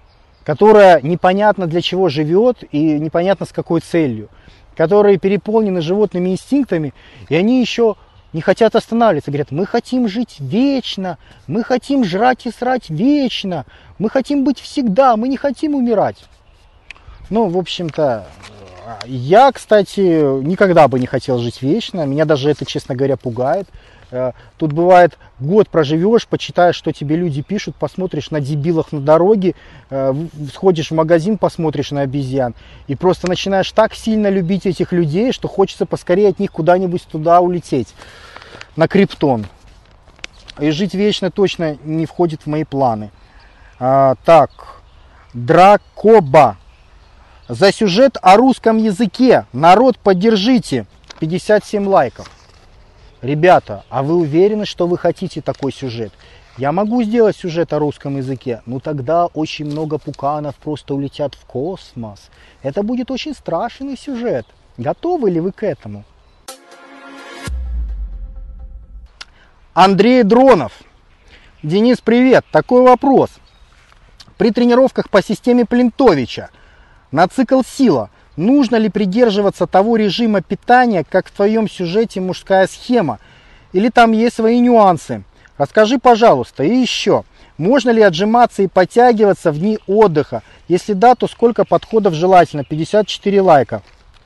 которая непонятно для чего живет и непонятно с какой целью, которые переполнены животными инстинктами, и они еще не хотят останавливаться. Говорят, мы хотим жить вечно, мы хотим жрать и срать вечно, мы хотим быть всегда, мы не хотим умирать. Ну, в общем-то, я, кстати, никогда бы не хотел жить вечно, меня даже это, честно говоря, пугает. Тут бывает, год проживешь, почитаешь, что тебе люди пишут, посмотришь на дебилов на дороге, сходишь в магазин, посмотришь на обезьян, и просто начинаешь так сильно любить этих людей, что хочется поскорее от них куда-нибудь туда улететь, на Криптон. И жить вечно точно не входит в мои планы. А, так, Дракоба. За сюжет о русском языке. Народ, поддержите. пятьдесят семь лайков. Ребята, а вы уверены, что вы хотите такой сюжет? Я могу сделать сюжет о русском языке, но тогда очень много пуканов просто улетят в космос. Это будет очень страшный сюжет. Готовы ли вы к этому? Андрей Дронов. Денис, привет. Такой вопрос. При тренировках по системе Плинтовича на цикл сила нужно ли придерживаться того режима питания, как в твоем сюжете мужская схема? Или там есть свои нюансы? Расскажи, пожалуйста. И еще, можно ли отжиматься и подтягиваться в дни отдыха? Если да, то сколько подходов желательно? пятьдесят четыре лайка.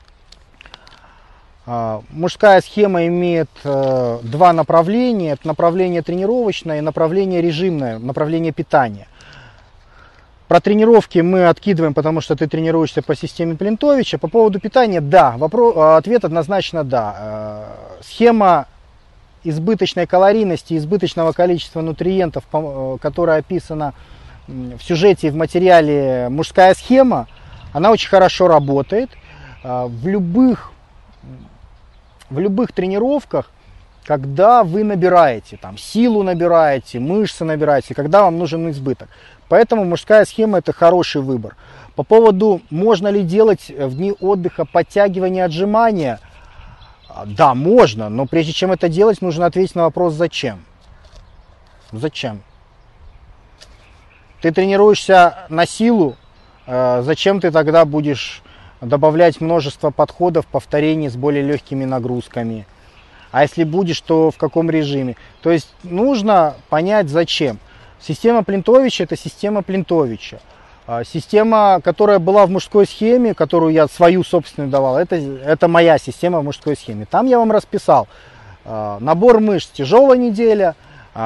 Мужская схема имеет два направления. Это направление тренировочное и направление режимное, направление питания. Про тренировки мы откидываем, потому что ты тренируешься по системе Плинтовича. По поводу питания, да. Вопрос, ответ однозначно да. Схема избыточной калорийности, избыточного количества нутриентов, которая описана в сюжете и в материале «Мужская схема», она очень хорошо работает. В любых, в любых тренировках, когда вы набираете, там, силу набираете, мышцы набираете, когда вам нужен избыток. Поэтому мужская схема – это хороший выбор. По поводу, можно ли делать в дни отдыха подтягивания, отжимания, да, можно, но прежде чем это делать, нужно ответить на вопрос «зачем?». Зачем? Ты тренируешься на силу, зачем ты тогда будешь добавлять множество подходов, повторений с более легкими нагрузками? А если будешь, то в каком режиме? То есть нужно понять зачем. Система Плинтовича – это система Плинтовича. Система, которая была в мужской схеме, которую я свою собственную давал, это, это моя система в мужской схеме. Там я вам расписал набор мышц тяжелая неделя,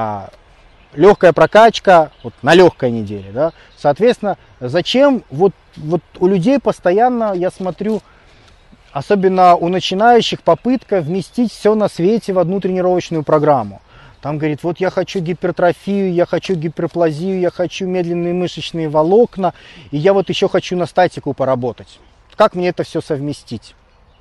легкая прокачка вот, на легкой неделе. Да? Соответственно, зачем вот, вот у людей постоянно, я смотрю, особенно у начинающих, попытка вместить все на свете в одну тренировочную программу. Там говорит, вот я хочу гипертрофию, я хочу гиперплазию, я хочу медленные мышечные волокна, и я вот еще хочу на статику поработать. Как мне это все совместить?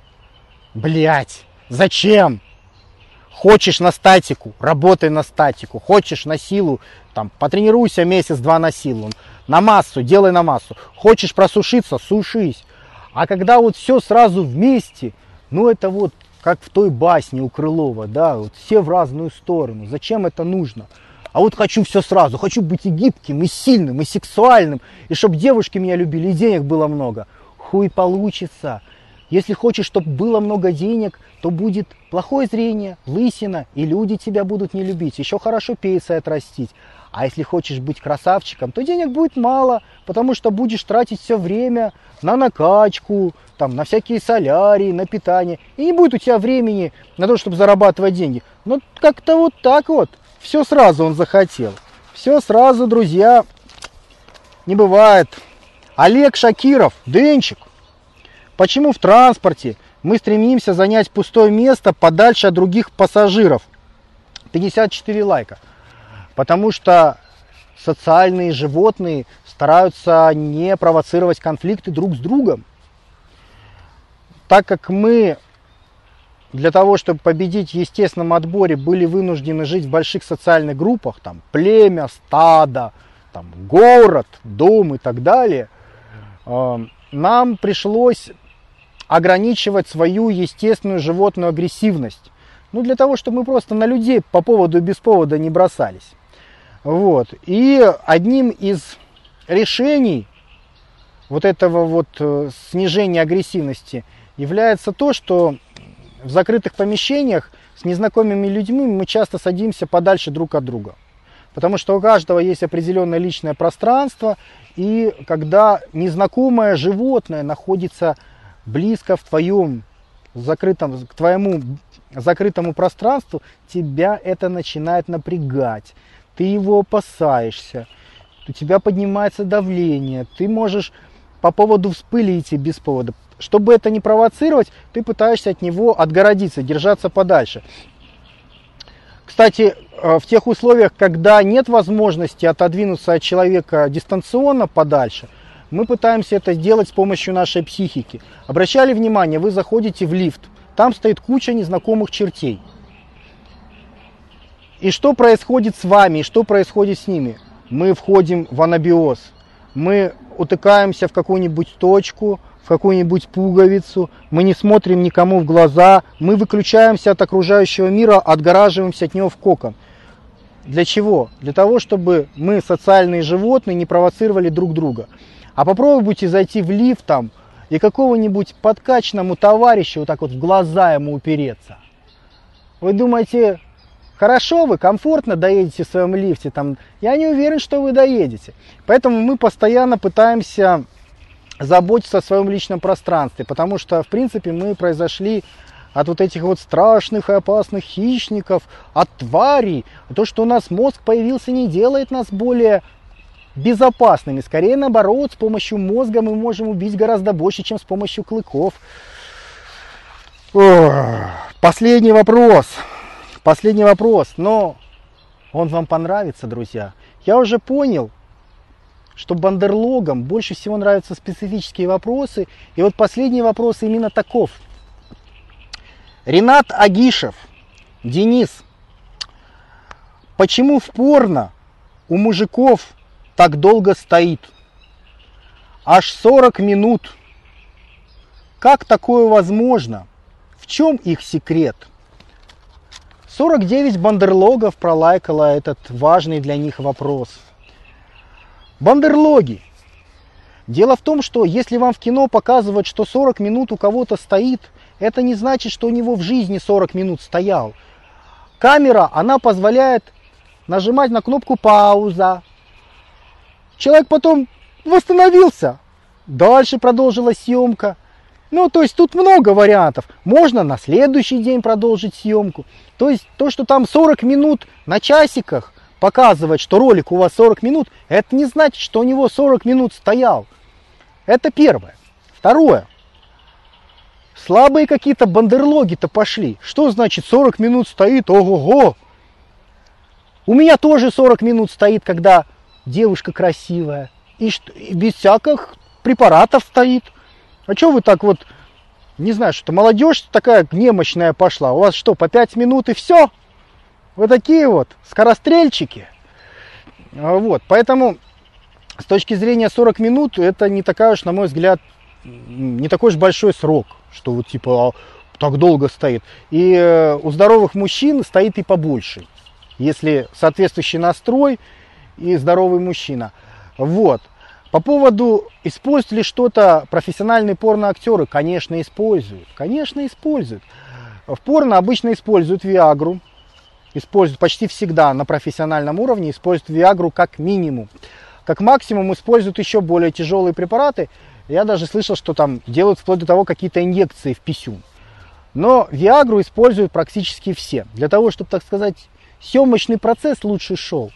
Блять, зачем? Хочешь на статику, работай на статику. Хочешь на силу, там, потренируйся месяц-два на силу. На массу, делай на массу. Хочешь просушиться, сушись. А когда вот все сразу вместе, ну это вот как в той басне у Крылова, да, вот все в разную сторону. Зачем это нужно? А вот хочу все сразу, хочу быть и гибким, и сильным, и сексуальным, и чтобы девушки меня любили, и денег было много. Хуй получится. Если хочешь, чтобы было много денег, то будет плохое зрение, лысина, и люди тебя будут не любить. Еще хорошо пейсы отрастить. А если хочешь быть красавчиком, то денег будет мало, потому что будешь тратить все время на накачку, там, на всякие солярии, на питание. И не будет у тебя времени на то, чтобы зарабатывать деньги. Но как-то вот так вот. Все сразу он захотел. Все сразу, друзья, не бывает. Олег Шакиров, Денчик. Почему в транспорте мы стремимся занять пустое место подальше от других пассажиров? пятьдесят четыре лайка. Потому что социальные животные стараются не провоцировать конфликты друг с другом. Так как мы для того, чтобы победить в естественном отборе, были вынуждены жить в больших социальных группах, там племя, стадо, там, город, дом и так далее, э, нам пришлось ограничивать свою естественную животную агрессивность. Ну, для того, чтобы мы просто на людей по поводу и без повода не бросались. Вот. И одним из решений вот этого вот снижения агрессивности является то, что в закрытых помещениях с незнакомыми людьми мы часто садимся подальше друг от друга. Потому что у каждого есть определенное личное пространство, и когда незнакомое животное находится близко в твоем закрытом, к твоему закрытому пространству, тебя это начинает напрягать. Ты его опасаешься, у тебя поднимается давление, ты можешь по поводу вспылить и без повода. Чтобы это не провоцировать, ты пытаешься от него отгородиться, держаться подальше. Кстати, в тех условиях, когда нет возможности отодвинуться от человека дистанционно подальше, мы пытаемся это сделать с помощью нашей психики. Обращали внимание, вы заходите в лифт, там стоит куча незнакомых чертей. И что происходит с вами, и что происходит с ними? Мы входим в анабиоз, мы утыкаемся в какую-нибудь точку, в какую-нибудь пуговицу, мы не смотрим никому в глаза, мы выключаемся от окружающего мира, отгораживаемся от него в кокон. Для чего? Для того, чтобы мы, социальные животные, не провоцировали друг друга. А попробуйте зайти в лифт там и какого-нибудь подкачанному товарищу вот так вот в глаза ему упереться. Вы думаете, хорошо вы, комфортно доедете в своем лифте? Там, я не уверен, что вы доедете. Поэтому мы постоянно пытаемся заботиться о своем личном пространстве, потому что, в принципе, мы произошли от вот этих вот страшных и опасных хищников, от тварей. То, что у нас мозг появился, не делает нас более безопасными. Скорее, наоборот, с помощью мозга мы можем убить гораздо больше, чем с помощью клыков. Ох, последний вопрос. Последний вопрос, но он вам понравится, друзья. Я уже понял, что бандерлогам больше всего нравятся специфические вопросы. И вот последний вопрос именно таков. Ренат Агишев. Денис. Почему в порно у мужиков так долго стоит? Аж сорок минут. Как такое возможно? В чем их секрет? сорок девять бандерлогов пролайкало этот важный для них вопрос. Бандерлоги. Дело в том, что если вам в кино показывают, что сорок минут у кого-то стоит, это не значит, что у него в жизни сорок минут стоял. Камера, она позволяет нажимать на кнопку пауза. Человек потом восстановился. Дальше продолжилась съемка. Ну, то есть тут много вариантов. Можно на следующий день продолжить съемку. То есть то, что там сорок минут на часиках показывает, что ролик у вас сорок минут, это не значит, что у него сорок минут стоял. Это первое. Второе. Слабые какие-то бандерлоги-то пошли. Что значит сорок минут стоит? Ого-го! У меня тоже сорок минут стоит, когда девушка красивая. И, что, и без всяких препаратов стоит. А что вы так вот, не знаю, что-то молодежь такая немощная пошла. У вас что, по пять минут и все? Вы такие вот скорострельчики. Вот, поэтому с точки зрения сорок минут, это не такая уж, на мой взгляд, не такой уж большой срок, что вот типа так долго стоит. И у здоровых мужчин стоит и побольше, если соответствующий настрой и здоровый мужчина. Вот. По поводу, используют ли что-то профессиональные порноактеры? Конечно, используют. Конечно, используют. В порно обычно используют виагру. Используют почти всегда на профессиональном уровне, используют виагру как минимум. Как максимум используют еще более тяжелые препараты. Я даже слышал, что там делают вплоть до того какие-то инъекции в писюн. Но виагру используют практически все. Для того, чтобы, так сказать, съемочный процесс лучше шел.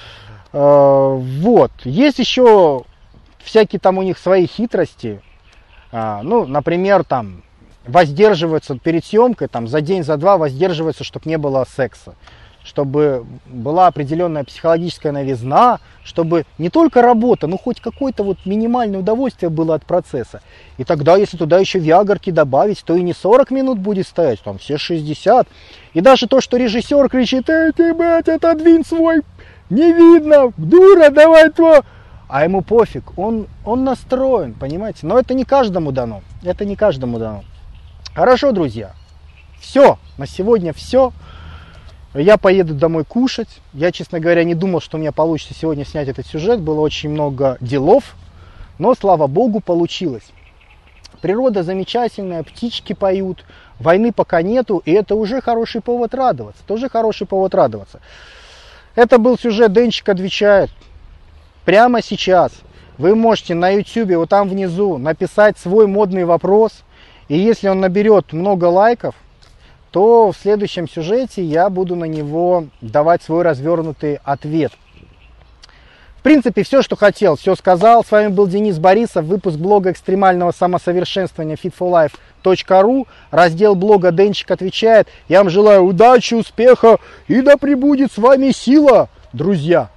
Вот. Есть еще всякие там у них свои хитрости. Ну, например, там воздерживаются перед съемкой, там за день, за два воздерживаются, чтобы не было секса. Чтобы была определенная психологическая новизна, чтобы не только работа, но хоть какое-то вот минимальное удовольствие было от процесса. И тогда, если туда еще виагорки добавить, то и не сорок минут будет стоять, там все шестьдесят. И даже то, что режиссер кричит: «Эй, ты, блядь, отодвинь свой, не видно, дура, давай то». А ему пофиг, он, он настроен, понимаете? Но это не каждому дано, это не каждому дано. Хорошо, друзья, все, на сегодня все. Я поеду домой кушать. Я, честно говоря, не думал, что у меня получится сегодня снять этот сюжет. Было очень много делов. Но, слава богу, получилось. Природа замечательная, птички поют, войны пока нету, и это уже хороший повод радоваться. Тоже хороший повод радоваться. Это был сюжет «Денчик отвечает». Прямо сейчас вы можете на ютубе, вот там внизу, написать свой модный вопрос. И если он наберет много лайков, то в следующем сюжете я буду на него давать свой развернутый ответ. В принципе, все, что хотел, все сказал. С вами был Денис Борисов, выпуск блога экстремального самосовершенствования фит фор лайф точка ру, раздел блога «Денчик отвечает». Я вам желаю удачи, успеха и да пребудет с вами сила, друзья!